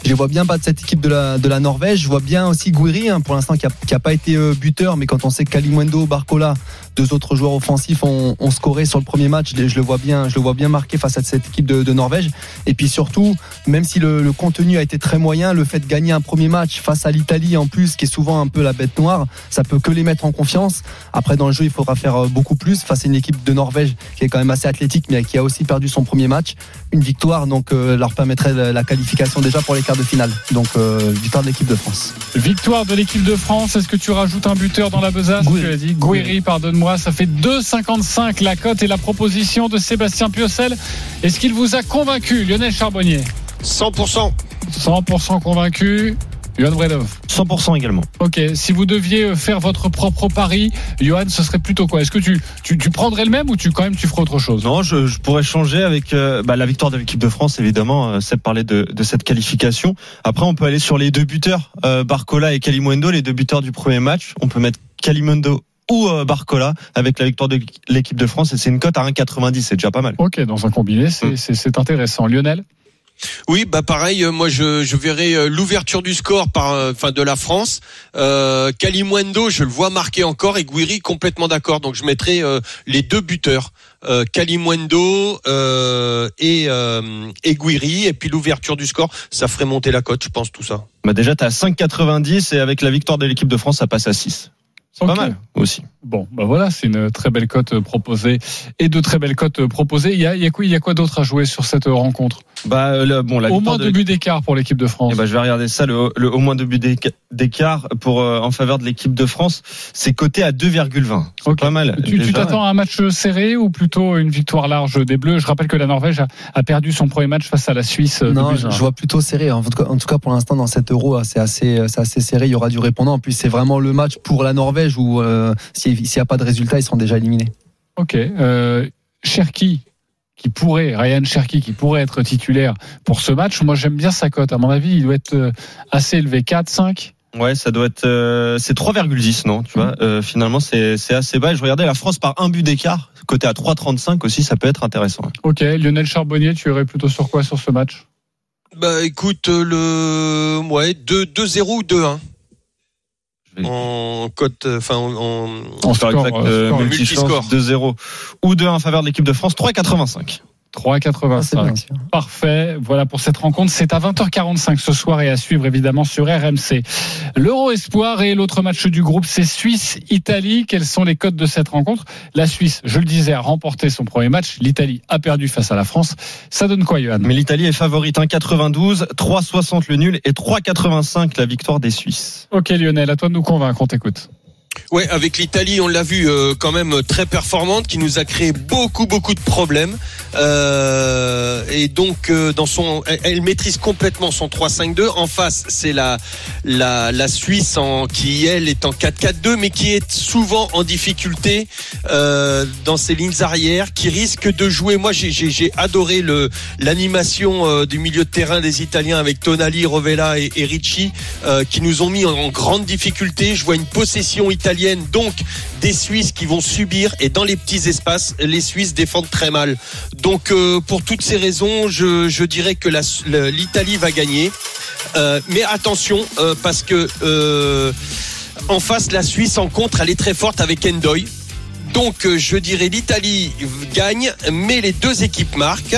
je les vois bien battre cette équipe de la, de la Norvège. Je vois bien aussi Guiri, hein, pour l'instant, qui a, qui a pas été euh, buteur, mais quand on sait que Kalimundo, Barcola, deux autres joueurs offensifs ont, ont scoré sur le premier match, je, je le vois bien, je le vois bien marqué face à cette équipe de, de Norvège. Et puis surtout, même si le, le contenu a été très moyen, le fait de gagner un premier match face à l'Italie en plus, qui est souvent un peu la bête noire, ça peut que les mettre en confiance. Après, dans le jeu, il faudra faire beaucoup plus face à une équipe de Norvège qui est quand même assez athlétique, mais qui a aussi perdu son premier match. Une victoire donc euh, leur permettrait la, la qualification déjà pour les quarts de finale. Donc euh, victoire de l'équipe de France. Victoire de l'équipe de France. Est-ce que tu rajoutes un buteur dans la besace? Guiri. Tu as dit Guiri, pardonne-moi. Ça fait deux virgule cinquante-cinq la cote et la proposition de Sébastien Piocel. Est-ce qu'il vous a convaincu, Lionel Charbonnier? cent pour cent. cent pour cent convaincu. Johan Bredov. cent pour cent également. Ok, si vous deviez faire votre propre pari, Johan, ce serait plutôt quoi? Est-ce que tu, tu, tu prendrais le même ou tu quand même tu ferais autre chose? Non, je, je pourrais changer avec euh, bah, la victoire de l'équipe de France, évidemment. Euh, Seb parlait de, de cette qualification. Après, on peut aller sur les deux buteurs, euh, Barcola et Kalimundo, les deux buteurs du premier match. On peut mettre Kalimundo ou euh, Barcola avec la victoire de l'équipe de France et c'est une cote à un virgule quatre-vingt-dix, c'est déjà pas mal. Ok, dans un combiné, c'est, mmh. c'est, c'est intéressant. Lionel? Oui, bah pareil. Moi, je, je verrai l'ouverture du score par, enfin, de la France. Euh, Kalimundo, je le vois marquer encore, et Guiri complètement d'accord. Donc, je mettrai euh, les deux buteurs, euh, Kalimundo euh, et euh, et Guiri, et puis l'ouverture du score, ça ferait monter la cote, je pense, tout ça. Bah déjà, t'as cinq virgule quatre-vingt-dix et avec la victoire de l'équipe de France, ça passe à six. C'est okay. Pas mal aussi. Bon, bah voilà, c'est une très belle cote proposée et de très belles cotes proposées. Il y a, il y a quoi, il y a quoi d'autre à jouer sur cette rencontre? Bah, le, bon, la au moins deux buts d'écart pour l'équipe de France. Et bah, je vais regarder ça, le, le au moins deux buts d'écart pour euh, en faveur de l'équipe de France. C'est coté à deux virgule vingt. C'est okay. Pas mal. Tu, tu t'attends à un match serré ou plutôt une victoire large des Bleus? Je rappelle que la Norvège a, a perdu son premier match face à la Suisse. Non, je vois plutôt serré. En tout cas, en tout cas pour l'instant dans cet Euro, c'est assez, c'est assez serré. Il y aura du répondant. En plus, c'est vraiment le match pour la Norvège où euh, s'il n'y a pas de résultat, ils seront déjà éliminés. Ok. Euh, Cherki, qui pourrait, Ryan Cherki, qui pourrait être titulaire pour ce match. Moi, j'aime bien sa cote. À mon avis, il doit être assez élevé. quatre, cinq. Ouais, ça doit être, euh, c'est trois virgule dix, non? Tu vois, euh, finalement, c'est, c'est assez bas. Et je regardais la France par un but d'écart. Côté à trois virgule trente-cinq aussi, ça peut être intéressant. Ok. Lionel Charbonnier, tu irais plutôt sur quoi sur ce match? Bah, écoute, le, ouais, deux zéro ou deux un. En cote, enfin en, en, en score exact, euh, score, multiscore deux zéro ou deux un en faveur de l'équipe de France, trois virgule quatre-vingt-cinq. trois virgule quatre-vingt-cinq. Ah, parfait. Voilà pour cette rencontre. C'est à vingt heures quarante-cinq ce soir et à suivre évidemment sur R M C. L'Euro Espoir et l'autre match du groupe, c'est Suisse-Italie. Quels sont les cotes de cette rencontre? La Suisse, je le disais, a remporté son premier match. L'Italie a perdu face à la France. Ça donne quoi, Johan? Mais l'Italie est favorite, un virgule quatre-vingt-douze, trois virgule soixante le nul et trois virgule quatre-vingt-cinq la victoire des Suisses. Ok Lionel, à toi de nous convaincre, on t'écoute. Ouais, avec l'Italie, on l'a vu euh, quand même très performante, qui nous a créé beaucoup beaucoup de problèmes. Euh, et donc euh, dans son, elle, elle maîtrise complètement son trois cinq deux. En face, c'est la la la Suisse en qui elle est en quatre quatre deux, mais qui est souvent en difficulté euh, dans ses lignes arrières, qui risque de jouer. Moi, j'ai j'ai, j'ai adoré le l'animation euh, du milieu de terrain des Italiens avec Tonali, Rovella et, et Ricci, euh, qui nous ont mis en, en grande difficulté. Je vois une possession italienne, donc des Suisses qui vont subir, et dans les petits espaces, les Suisses défendent très mal. Donc euh, pour toutes ces raisons, je, je dirais que la, l'Italie va gagner. Euh, mais attention, euh, parce que euh, en face, la Suisse en contre, elle est très forte avec Endoy. Donc euh, je dirais l'Italie gagne, mais les deux équipes marquent.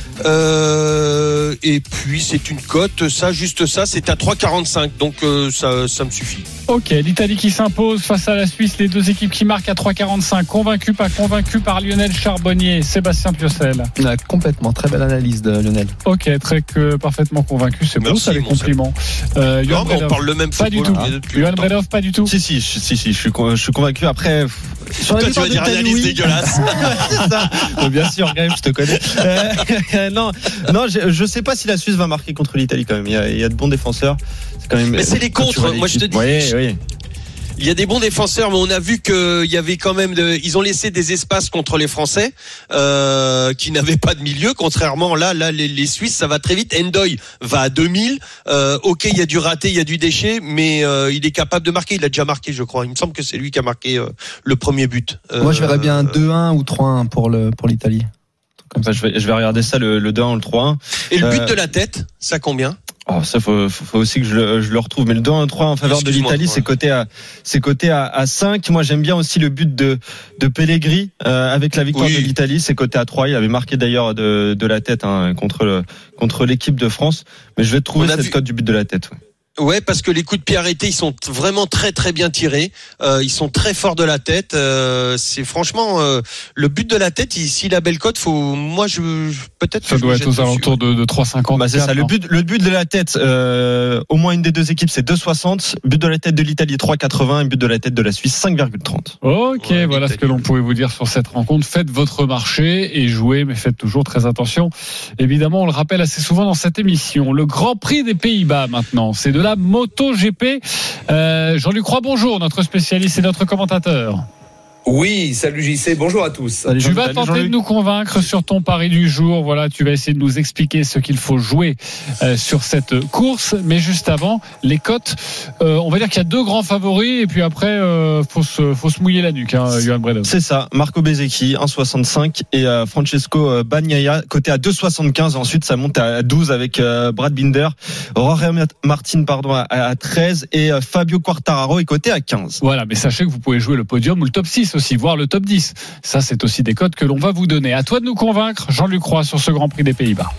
Euh, et puis c'est une cote, ça, juste ça, c'est à trois virgule quarante-cinq, donc euh, ça, ça me suffit. Ok, l'Italie qui s'impose face à la Suisse, les deux équipes qui marquent à trois virgule quarante-cinq. Convaincu, pas convaincu par Lionel Charbonnier, Sébastien Piocel. Ouais, complètement, très belle analyse de Lionel. Ok, très que parfaitement convaincu, c'est beau ça, les compliments. Euh, non, mais on parle le même pas football. Pas du tout. Johan Bredov, pas du tout. Si, si, si, si, si je suis, je suis convaincu. Après, sur la Toi, tu vas dire analyse oui. dégueulasse. C'est ça. Bien sûr, quand même, je te connais. Euh, non, non, je, je sais pas si la Suisse va marquer contre l'Italie quand même. Il y a, il y a de bons défenseurs. C'est quand même. Mais c'est les contres. Moi, je te dis. Oui, oui. Il y a des bons défenseurs, mais on a vu qu'il y avait quand même, de, ils ont laissé des espaces contre les Français euh, qui n'avaient pas de milieu. Contrairement là, là les, les Suisses, ça va très vite. Endoy va à deux mille. Euh, ok, il y a du raté, il y a du déchet, mais euh, il est capable de marquer. Il a déjà marqué, je crois. Il me semble que c'est lui qui a marqué euh, le premier but. Euh, Moi, je verrais bien un deux un ou trois un pour le pour l'Italie. Comme ça, je vais je vais regarder ça le, le deux un ou le trois un. Et le but euh... de la tête, ça combien? Oh, ça faut, faut, faut aussi que je le, je le retrouve. Mais le deux un trois en faveur de l'Italie, ouais. c'est coté à, c'est coté à, à cinq. Moi, j'aime bien aussi le but de, de Pellegrini, euh, avec la victoire oui. de l'Italie. C'est coté à trois. Il avait marqué d'ailleurs de, de la tête, hein, contre le, contre l'équipe de France. Mais je vais trouver cette vu... cote du but de la tête, ouais. Ouais, parce que les coups de pied arrêtés, ils sont vraiment très très bien tirés. Euh, ils sont très forts de la tête. Euh, c'est franchement euh, le but de la tête. S'il a belle cote, faut. Moi, je peut-être. Ça que doit je être aux alentours de, de trois cinquante. Bah, c'est ça. Le but, le but de la tête. Euh, au moins une des deux équipes, c'est deux soixante. But de la tête de l'Italie trois quatre-vingts. Et but de la tête de la Suisse cinq virgule trente. Ok, ouais, voilà ce que l'on pouvait vous dire sur cette rencontre. Faites votre marché et jouez, mais faites toujours très attention. Évidemment, on le rappelle assez souvent dans cette émission. Le Grand Prix des Pays-Bas maintenant, c'est de la MotoGP. Euh, Jean-Luc Roy, bonjour, notre spécialiste et notre commentateur. Oui, salut J C, bonjour à tous. Salut, tu vas salut, tenter Jean-Luc. de nous convaincre sur ton pari du jour. Voilà, tu vas essayer de nous expliquer ce qu'il faut jouer euh, sur cette course. Mais juste avant, les cotes, euh, on va dire qu'il y a deux grands favoris et puis après, euh, faut se, faut se mouiller la nuque, hein, Johan Bredov. C'est ça, Marco Bezzecchi, un virgule soixante-cinq et euh, Francesco Bagnaia, coté à deux virgule soixante-quinze. Ensuite, ça monte à douze avec euh, Brad Binder, Jorge Martin, pardon, à, à treize et euh, Fabio Quartararo est coté à quinze. Voilà, mais sachez que vous pouvez jouer le podium ou le top six aussi, voire le top dix. Ça, c'est aussi des cotes que l'on va vous donner. À toi de nous convaincre, Jean-Luc Roy, sur ce Grand Prix des Pays-Bas.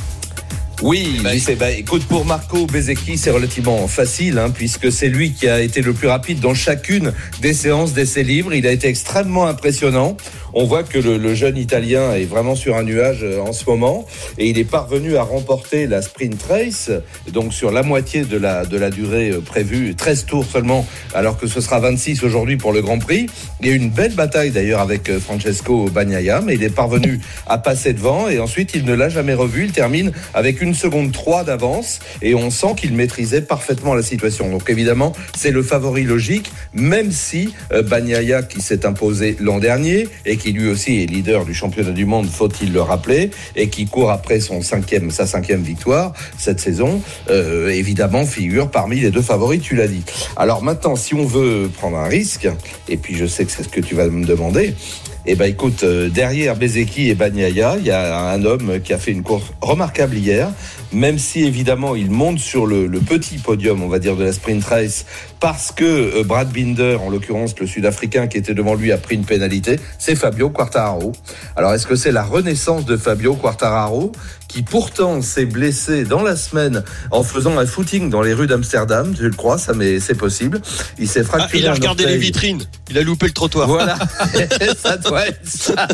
Oui, bah, bah, écoute, pour Marco Bezzecchi, c'est relativement facile, hein, puisque c'est lui qui a été le plus rapide dans chacune des séances d'essais libres. Il a été extrêmement impressionnant. On voit que le, le jeune Italien est vraiment sur un nuage en ce moment, et il est parvenu à remporter la sprint race, donc sur la moitié de la, de la durée prévue, treize tours seulement, alors que ce sera vingt-six aujourd'hui pour le Grand Prix. Il y a eu une belle bataille d'ailleurs avec Francesco Bagnaia, mais il est parvenu à passer devant, et ensuite il ne l'a jamais revu. Il termine avec une seconde trois d'avance, et on sent qu'il maîtrisait parfaitement la situation. Donc évidemment, c'est le favori logique, même si euh, Bagnaia, qui s'est imposé l'an dernier, et qui lui aussi est leader du championnat du monde, faut-il le rappeler, et qui court après son cinquième, sa cinquième victoire cette saison, euh, évidemment figure parmi les deux favoris, tu l'as dit. Alors maintenant, si on veut prendre un risque, et puis je sais que c'est ce que tu vas me demander, eh ben écoute, euh, derrière Bezzecchi et Bagnaia, il y a un homme qui a fait une course remarquable hier, même si évidemment il monte sur le, le petit podium, on va dire, de la sprint race, parce que euh, Brad Binder, en l'occurrence le Sud-Africain qui était devant lui, a pris une pénalité. C'est Fabio Quartararo. Alors est-ce que c'est la renaissance de Fabio Quartararo, qui pourtant s'est blessé dans la semaine en faisant un footing dans les rues d'Amsterdam, tu le crois, ça, mais c'est possible. Il s'est fracturé. Ah, il a regardé les vitrines, il a loupé le trottoir. Voilà, ça doit être ça.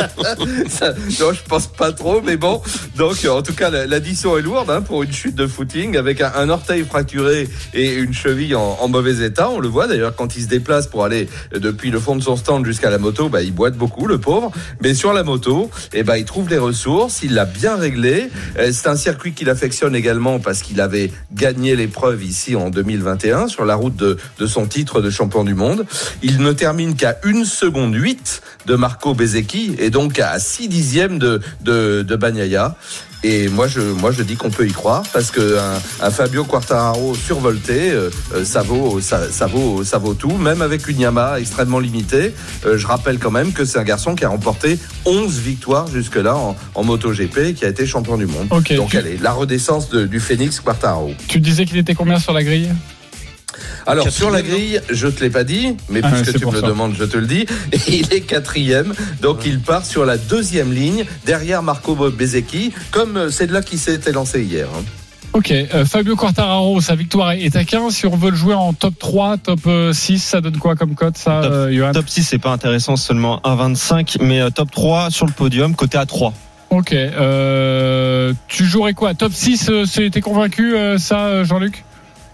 ça. Non, je pense pas trop, mais bon. Donc, en tout cas, l'addition est lourde, hein, pour une chute de footing avec un, un orteil fracturé et une cheville en, en mauvais état. On le voit d'ailleurs quand il se déplace pour aller depuis le fond de son stand jusqu'à la moto, bah, il boite beaucoup, le pauvre. Mais sur la moto, eh ben, il trouve les ressources, il l'a bien réglé. C'est un circuit qu'il affectionne également parce qu'il avait gagné l'épreuve ici en deux mille vingt et un sur la route de, de son titre de champion du monde. Il ne termine qu'à une seconde huit de Marco Bezzecchi et donc à six dixièmes de, de, de Bagnaia. Et moi je, moi je dis qu'on peut y croire parce que un, un Fabio Quartararo survolté, euh, ça vaut, ça, ça vaut, ça vaut tout, même avec une Yamaha extrêmement limitée. Euh, je rappelle quand même que c'est un garçon qui a remporté onze victoires jusque-là en, en MotoGP et qui a été champion du monde. Okay, Donc tu... allez, la renaissance de, du Phoenix Quartararo. Tu disais qu'il était combien sur la grille ? Alors sur la grille, je te l'ai pas dit, mais ah, puisque tu me ça. le demandes, je te le dis. Il est quatrième, donc ouais. il part sur la deuxième ligne derrière Marco Bezzecchi, comme c'est de là qu'il s'était lancé hier. Hein. Ok, euh, Fabio Quartararo, sa victoire est à quinze. Si on veut le jouer en top trois, top six, ça donne quoi comme cote, ça, top, euh, Johan ? Top six, c'est pas intéressant, seulement un virgule vingt-cinq, mais euh, top trois sur le podium, côté à trois. Ok, euh, tu jouerais quoi ? Top six, euh, t'es convaincu, euh, ça, Jean-Luc ?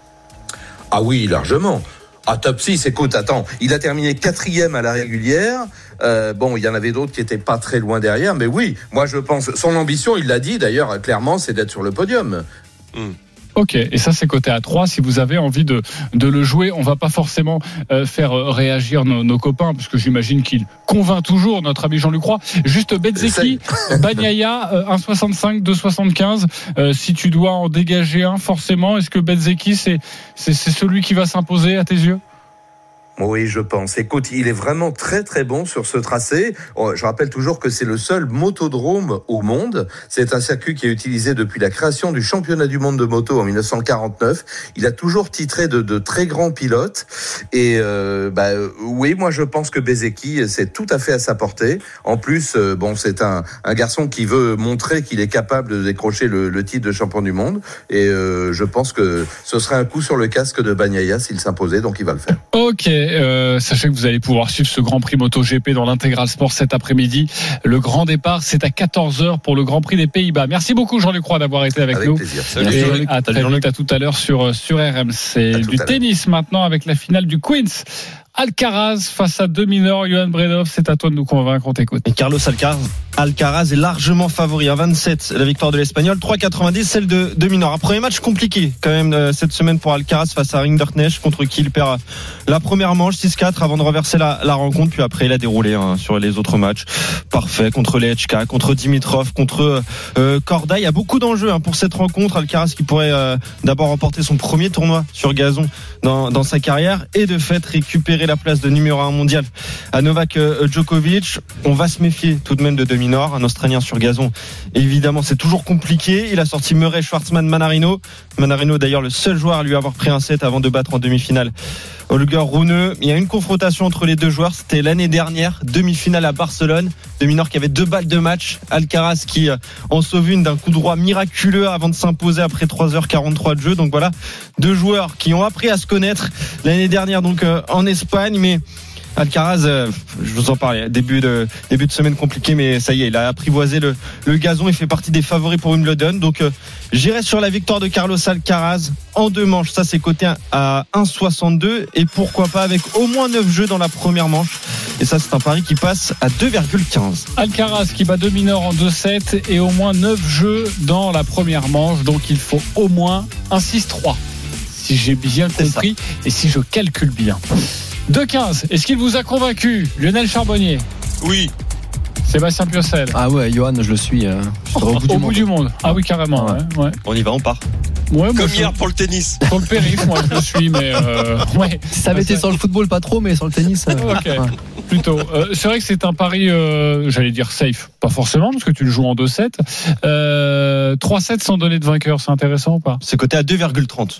Ah oui, largement. Ah, top six, écoute, attends, il a terminé quatrième à la régulière. Euh, bon, il y en avait d'autres qui étaient pas très loin derrière, mais oui, moi je pense, son ambition, il l'a dit d'ailleurs clairement, c'est d'être sur le podium. Mmh. Ok, et ça c'est coté à trois. Si vous avez envie de, de le jouer, on va pas forcément euh, faire réagir nos, nos copains, parce que j'imagine qu'il convainc toujours notre ami Jean-Luc Roy. Juste Bezzecchi, Bagnaia, euh, un virgule soixante-cinq, deux virgule soixante-quinze. Euh, si tu dois en dégager un, forcément, est-ce que Bezzecchi c'est, c'est, c'est celui qui va s'imposer à tes yeux ? Oui, je pense. Écoute, il est vraiment très très bon sur ce tracé. Je rappelle toujours que c'est le seul motodrome au monde. C'est un circuit qui est utilisé depuis la création du championnat du monde de moto en dix-neuf cent quarante-neuf. Il a toujours titré de, de très grands pilotes. Et euh, bah, oui, moi je pense que Bezzecchi, c'est tout à fait à sa portée. En plus, euh, bon, c'est un, un garçon qui veut montrer qu'il est capable de décrocher le, le titre de champion du monde. Et euh, je pense que ce serait un coup sur le casque de Bagnaia s'il s'imposait, donc il va le faire. Ok. Euh, sachez que vous allez pouvoir suivre ce Grand Prix MotoGP dans l'Intégral Sport cet après-midi. Le grand départ, c'est à quatorze heures pour le Grand Prix des Pays-Bas. Merci beaucoup Jean-Luc Roy d'avoir été avec, avec nous. Plaisir. Salut, et Jean-Luc. À très vite, à tout à l'heure sur, sur R M C. Du tennis maintenant avec la finale du Queens. Alcaraz face à deux mineurs. Johan Bredov, c'est à toi de nous convaincre, on t'écoute. Et Carlos Alcaraz, Alcaraz est largement favori à vingt-sept, la victoire de l'Espagnol, trois quatre-vingt-dix celle de, de mineurs. Un premier match compliqué quand même euh, cette semaine pour Alcaraz face à Rinderknecht, contre qui il perd la première manche six quatre avant de renverser la, la rencontre, puis après il a déroulé hein, sur les autres matchs. Parfait contre Lehečka, contre Dimitrov, contre euh, Korda. Il y a beaucoup d'enjeux hein, pour cette rencontre. Alcaraz qui pourrait euh, d'abord remporter son premier tournoi sur gazon dans, dans sa carrière et de fait récupérer la place de numéro un mondial à Novak Djokovic. On va se méfier tout de même de Dominor, un Australien sur gazon. Évidemment, c'est toujours compliqué. Il a sorti Murray, Schwartzman, Manarino. Manarino d'ailleurs le seul joueur à lui avoir pris un set avant de battre en demi-finale Holger Rune. Il y a une confrontation entre les deux joueurs, c'était l'année dernière, demi-finale à Barcelone. Dominor qui avait deux balles de match, Alcaraz qui en sauve une d'un coup droit miraculeux avant de s'imposer après trois heures quarante-trois de jeu. Donc voilà, deux joueurs qui ont appris à se connaître l'année dernière donc euh, en Espagne, mais Alcaraz, euh, je vous en parlais, début de début de semaine compliqué, mais ça y est, il a apprivoisé le, le gazon, il fait partie des favoris pour Wimbledon. Donc euh, j'irai sur la victoire de Carlos Alcaraz en deux manches, ça c'est coté à un soixante-deux et pourquoi pas avec au moins neuf jeux dans la première manche. Et ça c'est un pari qui passe à deux virgule quinze. Alcaraz qui bat deux mineurs en deux sept et au moins neuf jeux dans la première manche, donc il faut au moins un six trois si j'ai bien compris et si je calcule bien. deux quinze, est-ce qu'il vous a convaincu, Lionel Charbonnier? Oui. Sébastien Piocel? Ah ouais, Johan, je le suis. Euh, je au, au, bout, au du, bout monde. du monde. Ah oui, carrément. Ouais. Ouais, ouais. On y va, on part. Ouais, Comme je, hier pour le tennis. Pour le périph', moi je le suis, mais euh, ouais. Si ça avait été sur le football, pas trop, mais sur le tennis. Euh, ok, ouais. plutôt. Euh, c'est vrai que c'est un pari, euh, j'allais dire safe, pas forcément, parce que tu le joues en deux sept. Euh, trois sept sans donner de vainqueur, c'est intéressant ou pas? C'est coté à deux virgule trente.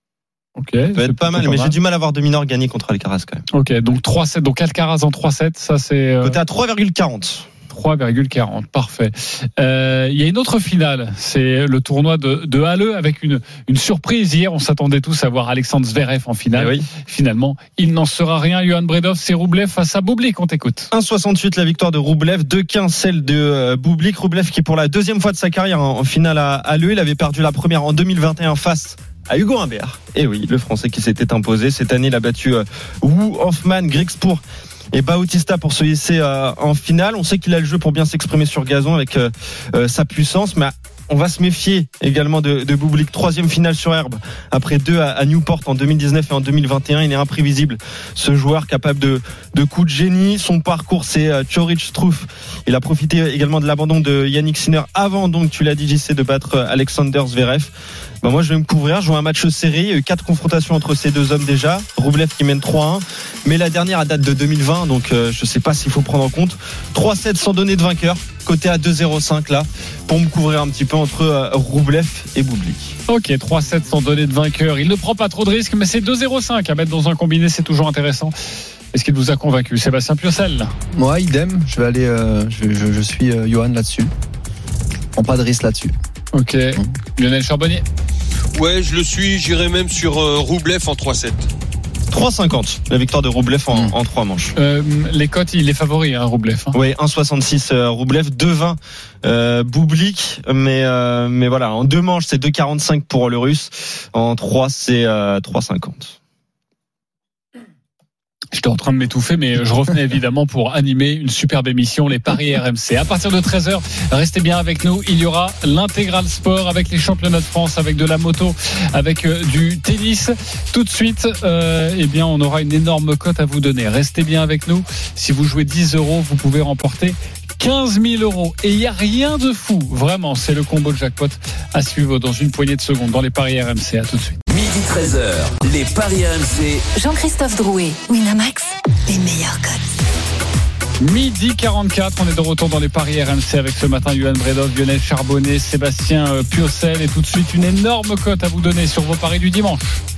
Ok. Ça peut être pas mal, pas mais mal. j'ai du mal à voir Dominor gagner contre Alcaraz quand même. Ok, donc trois sept, donc Alcaraz en trois sept, ça c'est. Euh... Côté à trois virgule quarante. trois virgule quarante, parfait. Euh, il y a une autre finale, c'est le tournoi de, de Halle avec une, une surprise. Hier, on s'attendait tous à voir Alexandre Zverev en finale. Oui. Finalement, il n'en sera rien. Johan Bredov, c'est Roublev face à Bublik, on t'écoute. un soixante-huit la victoire de Roublev, deux quinze celle de euh, Bublik. Roublev qui pour la deuxième fois de sa carrière en, en finale à Halle, il avait perdu la première en deux mille vingt et un face à Hugo Humbert. Et oui, le Français qui s'était imposé. Cette année, il a battu euh, Wu, Hoffman, Griekspoor et Bautista pour se hisser euh, en finale. On sait qu'il a le jeu pour bien s'exprimer sur gazon avec euh, euh, sa puissance, mais on va se méfier également de, de Bublik. Troisième finale sur herbe après deux à, à Newport en deux mille dix-neuf et en deux mille vingt et un. Il est imprévisible, ce joueur capable de, de coups de génie. Son parcours, c'est euh, Choric Struff. Il a profité également de l'abandon de Yannick Sinner avant, donc tu l'as dit J C, de battre euh, Alexander Zverev. Ben moi je vais me couvrir, je vois un match serré, il y a eu quatre confrontations entre ces deux hommes déjà. Roublev qui mène trois un, mais la dernière à date de deux mille vingt, donc euh, je sais pas s'il faut prendre en compte. trois sept sans donner de vainqueur, côté à deux zéro cinq là, pour me couvrir un petit peu entre euh, Roublev et Bublik. Ok, trois sept sans donner de vainqueur, il ne prend pas trop de risques, mais c'est deux zéro cinq à mettre dans un combiné, c'est toujours intéressant. Est-ce qu'il vous a convaincu, Sébastien Piocel? Moi, idem, je vais aller, euh, je, je, je suis euh, Johan là-dessus. On prend pas de risque là-dessus. Ok, mmh. Lionel Charbonnier? Ouais, je le suis, j'irai même sur euh, Roublev en trois sept. trois cinquante, la victoire de Roublev en, mmh. en trois manches. Euh, les cotes, il est favori, hein, Roublev. Hein. Oui, un soixante-six euh, Roublev, deux vingt euh, Bublik, mais euh, mais voilà, en deux manches c'est deux quarante-cinq pour le Russe, en trois c'est euh, trois cinquante. J'étais en train de m'étouffer, mais je revenais évidemment pour animer une superbe émission, les Paris R M C. À partir de treize heures, restez bien avec nous. Il y aura l'intégral sport avec les championnats de France, avec de la moto, avec euh, du tennis. Tout de suite, euh, eh bien, on aura une énorme cote à vous donner. Restez bien avec nous. Si vous jouez dix euros, vous pouvez remporter quinze mille euros. Et il n'y a rien de fou. Vraiment, c'est le combo de jackpot à suivre dans une poignée de secondes dans les Paris R M C. À tout de suite. midi midi treize heures, les paris R M C. Jean-Christophe Drouet, Winamax, les meilleurs codes. Midi quarante-quatre, on est de retour dans les paris R M C avec ce matin Johan Bredov, Lionel Charbonnet, Sébastien Piocel et tout de suite une énorme cote à vous donner sur vos paris du dimanche.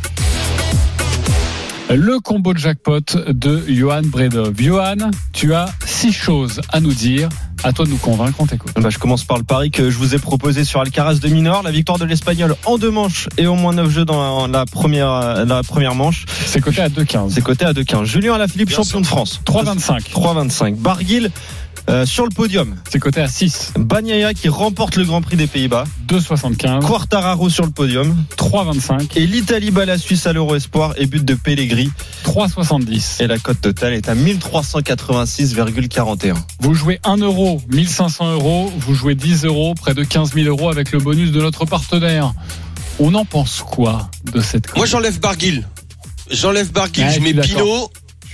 Le combo de jackpot de Johan Bredov. Johan, tu as six choses à nous dire. À toi de nous convaincre, on t'écoute. Bah, je commence par le pari que je vous ai proposé sur Alcaraz de Minor. La victoire de l'Espagnol en deux manches et au moins neuf jeux dans la première, la première manche. C'est coté à deux quinze. C'est coté à deux quinze. Julien Alaphilippe, champion de France. trois vingt-cinq. trois vingt-cinq. Barguil euh, sur le podium. C'est coté à six. Bagnaia qui remporte le Grand Prix des Pays-Bas. deux soixante-quinze. Quartararo sur le podium. trois vingt-cinq. Et l'Italie bat la Suisse à l'Euro Espoir et but de Pellegrini. trois soixante-dix. Et la cote totale est à mille trois cent quatre-vingt-six virgule quarante et un. Vous jouez un euro, mille cinq cents euros. Vous jouez dix euros, près de quinze mille euros avec le bonus de notre partenaire. On en pense quoi de cette cote? Moi, j'enlève Barguil. J'enlève Barguil, ouais, je mets Pinot.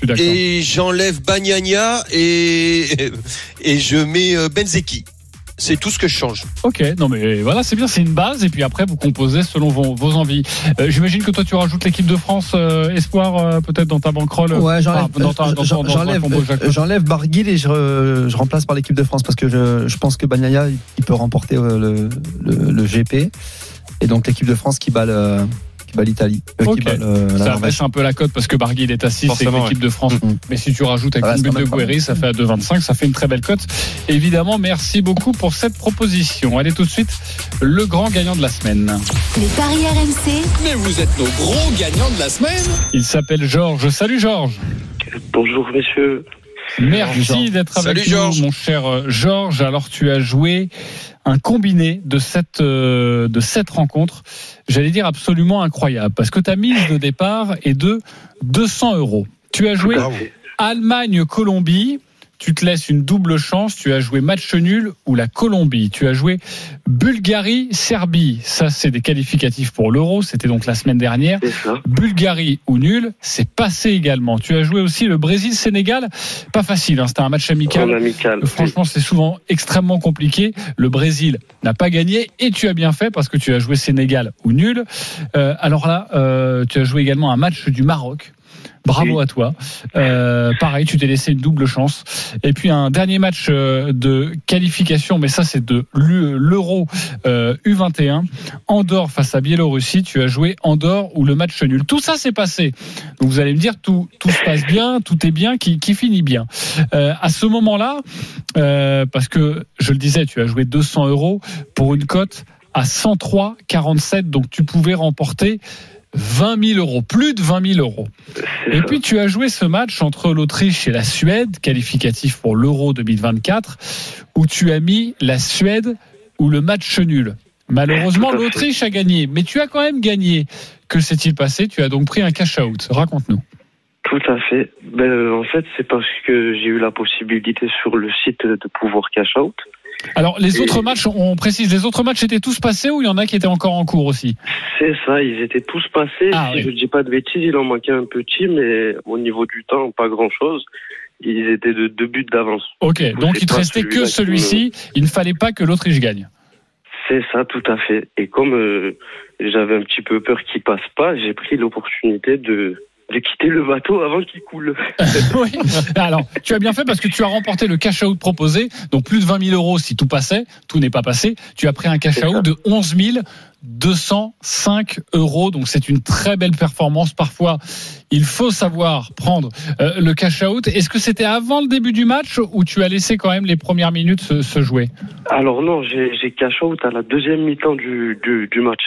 Et j'enlève Bagnaia et, et je mets Benzeki. C'est tout ce que je change. Ok, non mais voilà, c'est bien, c'est une base et puis après vous composez selon vos, vos envies. Euh, j'imagine que toi tu rajoutes l'équipe de France euh, Espoir euh, peut-être dans ta bankroll. Ouais, j'enlève, ah, dans ta, dans, dans, j'enlève, dans j'enlève Barguil et je, je remplace par l'équipe de France parce que je, je pense que Bagnaia il peut remporter euh, le, le, le G P et donc l'équipe de France qui bat le Bah, l'Italie. Euh, okay. qui bat le, ça baisse un peu la cote parce que Barguil est à six, c'est l'équipe de France. Mmh. Mais si tu rajoutes avec ah, une but de Guerri, ça fait à deux vingt-cinq, ça fait une très belle cote. Évidemment, merci beaucoup pour cette proposition. Allez tout de suite, le grand gagnant de la semaine. Les paris R M C. Mais vous êtes nos gros gagnants de la semaine. Il s'appelle Georges. Salut Georges. Bonjour messieurs. Merci d'être avec Salut, nous, Georges. mon cher Georges. Alors, tu as joué un combiné de cette, euh, de cette rencontre, j'allais dire absolument incroyable, parce que ta mise de départ est de deux cents euros. Tu as joué Allemagne-Colombie, tu te laisses une double chance, tu as joué match nul ou la Colombie, tu as joué Bulgarie-Serbie, ça c'est des qualificatifs pour l'Euro, c'était donc la semaine dernière. Bulgarie ou nul, c'est passé également. Tu as joué aussi le Brésil-Sénégal, pas facile, hein, c'était un match amical. amical. Franchement, c'est souvent extrêmement compliqué. Le Brésil n'a pas gagné et tu as bien fait parce que tu as joué Sénégal ou nul. Euh, alors là, euh, tu as joué également un match du Maroc. Bravo oui. à toi. Euh, pareil, tu t'es laissé une double chance. Et puis un dernier match de qualification, mais ça c'est de l'Euro euh, U vingt et un. Andorre face à Biélorussie. Tu as joué Andorre ou le match nul. Tout ça s'est passé. Donc vous allez me dire tout, tout se passe bien, tout est bien, qui, qui finit bien. Euh, à ce moment-là, euh, parce que je le disais, tu as joué deux cents euros pour une cote à cent trois virgule quarante-sept. Donc tu pouvais remporter vingt mille euros, plus de vingt mille euros. Et puis tu as joué ce match entre l'Autriche et la Suède, qualificatif pour l'Euro deux mille vingt-quatre, où tu as mis la Suède ou le match nul. Malheureusement, l'Autriche a gagné, mais tu as quand même gagné. Que s'est-il passé? Tu as donc pris un cash-out. Raconte-nous. Tout à fait. Ben, euh, en fait, c'est parce que j'ai eu la possibilité sur le site de pouvoir cash-out. Alors, les Et... autres matchs, on précise, les autres matchs étaient tous passés ou il y en a qui étaient encore en cours aussi? C'est ça, ils étaient tous passés. Ah, si oui. je ne dis pas de bêtises, il en manquait un petit, mais au niveau du temps, pas grand-chose. Ils étaient de deux buts d'avance. Ok, du coup, donc il te restait que celui-ci. Me... Il ne fallait pas que l'Autriche gagne. C'est ça, tout à fait. Et comme euh, j'avais un petit peu peur qu'il passe pas, j'ai pris l'opportunité de... de quitter le bateau avant qu'il coule. Oui. Alors, tu as bien fait parce que tu as remporté le cash-out proposé, donc plus de vingt mille euros si tout passait, tout n'est pas passé. Tu as pris un cash-out de onze mille deux cent cinq euros, donc c'est une très belle performance. Parfois, il faut savoir prendre euh, le cash-out. Est-ce que c'était avant le début du match ou tu as laissé quand même les premières minutes se, se jouer? Alors non, j'ai, j'ai cash-out à la deuxième mi-temps du, du, du match.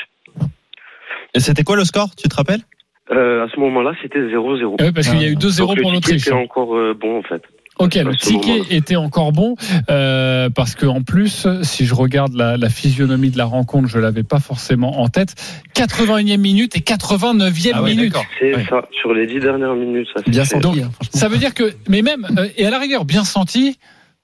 Et c'était quoi le score, tu te rappelles? Euh, à ce moment-là, c'était zéro zéro. Oui, parce qu'il y a eu deux zéro pour l'Autriche. C'était encore euh, bon, en fait. Ok, le ticket était encore bon euh, parce que en plus, si je regarde la, la physionomie de la rencontre, je l'avais pas forcément en tête. quatre-vingt-unième minute et quatre-vingt-neuvième ah ouais, minute. D'accord. C'est ouais. ça. Sur les dix dernières minutes, ça. Bien fait. senti. Donc, hein, ça veut dire que, mais même euh, et à la rigueur, bien senti.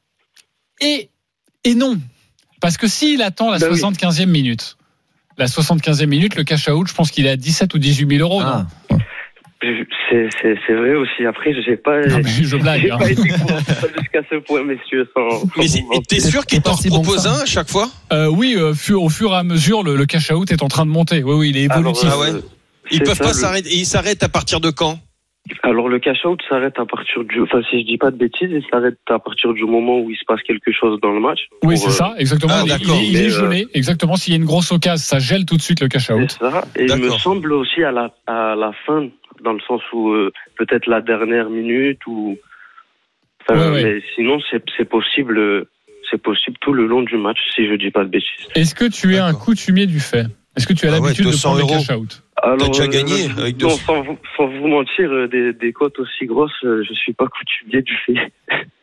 Et et non, parce que s'il attend la ben soixante-quinzième oui. minute. La soixante-quinzième minute, le cash-out, je pense qu'il est à dix-sept ou dix-huit mille euros. Ah. Non c'est, c'est, c'est vrai aussi. Après, j'ai pas, non, mais je blague, j'ai hein. pas été jusqu'à ce point, messieurs. Sans, mais sans t'es sûr qu'il t'en propose un à chaque fois? euh, Oui, euh, au fur et à mesure, le, le cash-out est en train de monter. Oui, oui, il est évolutif. Alors, euh, Ils C'est peuvent ça, pas le- s'arrêter. Ils s'arrêtent à partir de quand? Alors le cash-out s'arrête à partir du... Enfin, si je dis pas de bêtises, il s'arrête à partir du moment où il se passe quelque chose dans le match. Oui, Pour, c'est ça, exactement. Ah, il, d'accord. il est, il est Mais, euh, gelé, exactement. S'il y a une grosse occasion, ça gèle tout de suite le cash-out. C'est ça. Et il me D'accord. semble aussi à la, à la fin, dans le sens où euh, peut-être la dernière minute ou... Enfin, Ouais, ouais. mais sinon, c'est, c'est possible... euh, C'est possible tout le long du match, si je dis pas de bêtises. Est-ce que tu es un D'accord. coutumier du fait? Est-ce que tu as Ah ouais, l'habitude deux de cents prendre les euros. cash-out? T'as déjà euh, gagné non, avec non, deux- sans, vous, sans vous mentir, euh, des, des cotes aussi grosses, euh, je suis pas coutumier du fait.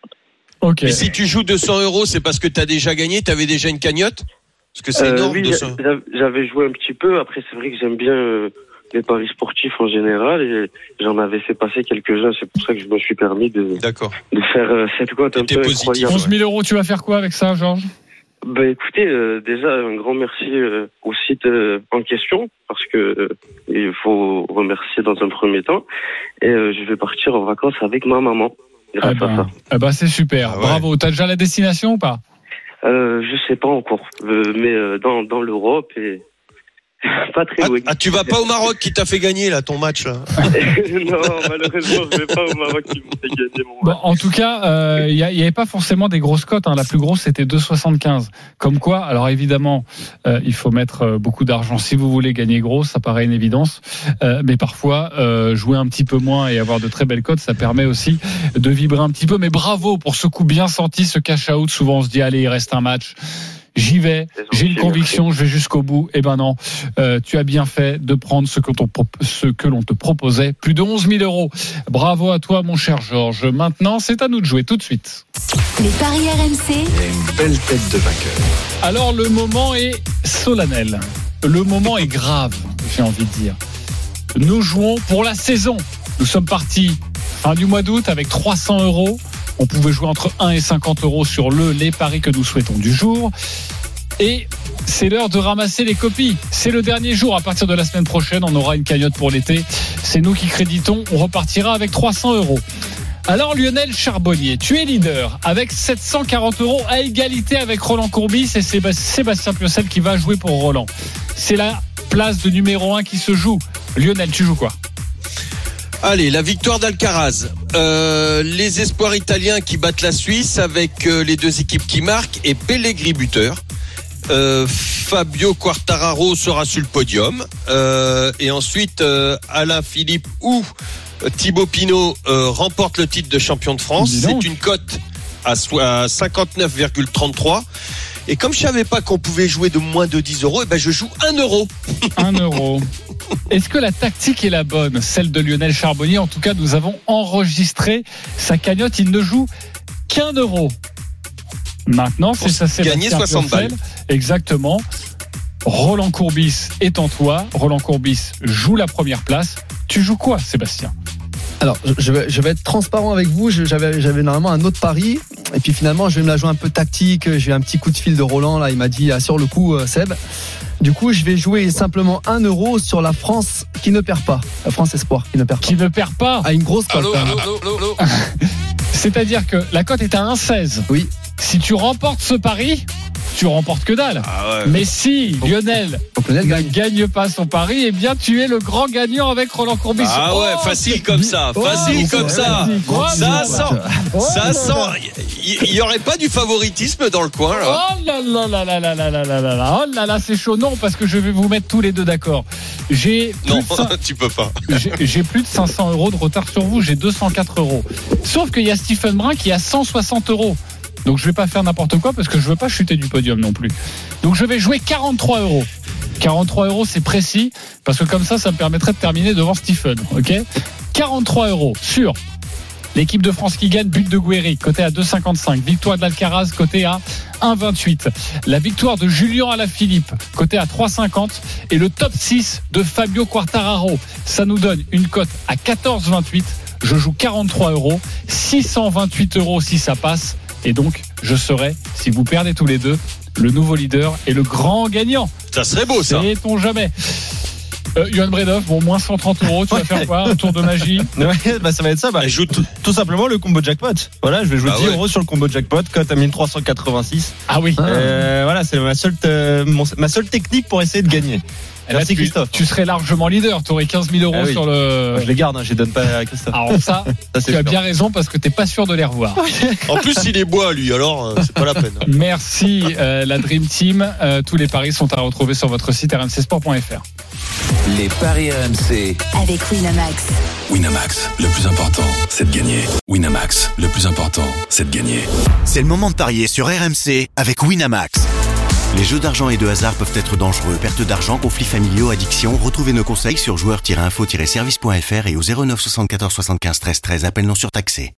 Ok. Mais si tu joues deux cents euros, c'est parce que t'as déjà gagné, t'avais déjà une cagnotte? Parce que c'est Euh, énorme, oui, deux cents. j'a- j'avais joué un petit peu. Après, c'est vrai que j'aime bien euh, les paris sportifs en général et j'en avais fait passer quelques-uns. C'est pour ça que je me suis permis de, D'accord. de faire euh, cette cote un T'étais peu positif. incroyable. onze mille euros, tu vas faire quoi avec ça, Georges? Bah écoutez, euh, déjà un grand merci euh, au site euh, en question parce que euh, il faut remercier dans un premier temps et euh, je vais partir en vacances avec ma maman grâce Eh ben, à ça. eh ben, c'est super. Ah ouais. Bravo. T'as déjà la destination ou pas? Euh, je sais pas encore, euh, mais euh, dans dans l'Europe et pas très Ah, loin. ah, tu vas pas au Maroc qui t'a fait gagner là ton match là? Non, malheureusement, je vais pas au Maroc qui m'ont fait gagner mon Bon, match. en tout cas, il euh, n'y avait pas forcément des grosses cotes. Hein. La plus grosse, c'était deux virgule soixante-quinze. Comme quoi, alors évidemment, euh, il faut mettre euh, beaucoup d'argent si vous voulez gagner gros. Ça paraît une évidence. Euh, mais parfois, euh, jouer un petit peu moins et avoir de très belles cotes, ça permet aussi de vibrer un petit peu. Mais bravo pour ce coup bien senti, ce cash-out. Souvent, on se dit, allez, il reste un match. J'y vais, j'ai une conviction, je vais jusqu'au bout. Eh ben non, euh, tu as bien fait de prendre ce que, ton, ce que l'on te proposait. Plus de onze mille euros. Bravo à toi, mon cher Georges. Maintenant, c'est à nous de jouer tout de suite. Les paris R M C. Il y a une belle tête de vainqueur. Alors, le moment est solennel. Le moment est grave, j'ai envie de dire. Nous jouons pour la saison. Nous sommes partis fin du mois d'août avec trois cents euros. On pouvait jouer entre un et cinquante euros sur le les paris que nous souhaitons du jour. Et c'est l'heure de ramasser les copies. C'est le dernier jour. À partir de la semaine prochaine, on aura une cagnotte pour l'été. C'est nous qui créditons. On repartira avec trois cents euros. Alors Lionel Charbonnier, tu es leader avec sept cent quarante euros à égalité avec Roland Courbis et Sébastien Piocel qui va jouer pour Roland. C'est la place de numéro un qui se joue. Lionel, tu joues quoi? Allez, la victoire d'Alcaraz. Euh, les espoirs italiens qui battent la Suisse avec euh, les deux équipes qui marquent et Pellegrini buteur. Euh, Fabio Quartararo sera sur le podium. Euh, et ensuite, euh, Alain Philippe ou Thibaut Pinot euh, remporte le titre de champion de France. C'est une cote à, so- à cinquante-neuf virgule trente-trois. Et comme je savais pas qu'on pouvait jouer de moins de dix euros, eh ben je joue un euro. un euro. Est-ce que la tactique est la bonne, celle de Lionel Charbonnier? En tout cas, nous avons enregistré sa cagnotte. Il ne joue qu'un euro. Maintenant, c'est ça. C'est gagner soixante balles. Exactement. Roland Courbis est en toi. Roland Courbis joue la première place. Tu joues quoi, Sébastien? Alors, je vais, je vais être transparent avec vous. Je- J'avais, j'avais normalement un autre pari. Et puis finalement, je vais me la jouer un peu tactique. J'ai eu un petit coup de fil de Roland. Là, il m'a dit, assure le coup, euh, Seb. Du coup, je vais jouer simplement un euro sur la France qui ne perd pas. La France Espoir qui ne perd pas. Qui ne perd pas. À une grosse cote. Allô, hein. allô, allô, allô. C'est-à-dire que la cote est à un virgule seize. Oui. Si tu remportes ce pari, tu remportes que dalle. Ah ouais. Mais si Lionel Donc, Lionel ne gagne. gagne pas son pari, eh bien tu es le grand gagnant avec Roland Courbis. Ah ouais, Oh, facile c'est- comme ça, Oh, facile c'est comme ça. facile. Oh, Ça c'est- sent, Oh ça là sent. là. Il y aurait pas du favoritisme dans le coin là. Oh là là là là là là là là là là. Oh là là, c'est chaud. Non, parce que je vais vous mettre tous les deux d'accord. J'ai plus Non, de cin- tu peux pas. j'ai- j'ai plus de cinq cents euros de retard sur vous. J'ai deux cent quatre euros. Sauf qu'il y a Stephen Brun qui a cent soixante euros. Donc je vais pas faire n'importe quoi parce que je veux pas chuter du podium non plus. Donc je vais jouer quarante-trois euros. quarante-trois euros, c'est précis parce que comme ça, ça me permettrait de terminer devant Stephen. Ok, quarante-trois euros sur l'équipe de France qui gagne, but de Guéry, côté à deux virgule cinquante-cinq. Victoire de l'Alcaraz, côté à un virgule vingt-huit. La victoire de Julien Alaphilippe, côté à trois virgule cinquante. Et le top six de Fabio Quartararo. Ça nous donne une cote à quatorze virgule vingt-huit. Je joue quarante-trois euros. six cent vingt-huit euros si ça passe. Et donc, je serai, si vous perdez tous les deux, le nouveau leader et le grand gagnant. Ça serait beau ça. Sait-on jamais. Euh, Johan Bredov, bon, moins cent trente euros, tu vas faire quoi? Un tour de magie? Ouais, bah ça va être ça. Bah, Elle joue tout, tout simplement le combo jackpot. Voilà, je vais jouer Bah dix ouais. euros sur le combo jackpot, cote à mille trois cent quatre-vingt-six. Ah oui. Euh, voilà, c'est ma seule, euh, mon- ma seule technique pour essayer de gagner. Merci tu, Christophe. Tu serais largement leader. Tu aurais quinze mille euros Ah oui. sur le. Je les garde, hein, je les donne pas à Christophe. Alors ça, Ça, c'est tu as sûr. bien raison parce que t'es pas sûr de les revoir. En plus, il est bois, lui, alors euh, c'est pas la peine. Merci euh, la Dream Team. Euh, tous les paris sont à retrouver sur votre site r m c sport point f r. Les paris R M C. Avec Winamax. Winamax, le plus important, c'est de gagner. Winamax, le plus important, c'est de gagner. C'est le moment de parier sur R M C avec Winamax. Les jeux d'argent et de hasard peuvent être dangereux. Perte d'argent, conflits familiaux, addiction. Retrouvez nos conseils sur joueurs tiret info tiret service point f r et au zéro neuf soixante-quatorze soixante-quinze treize treize. Appel non surtaxé.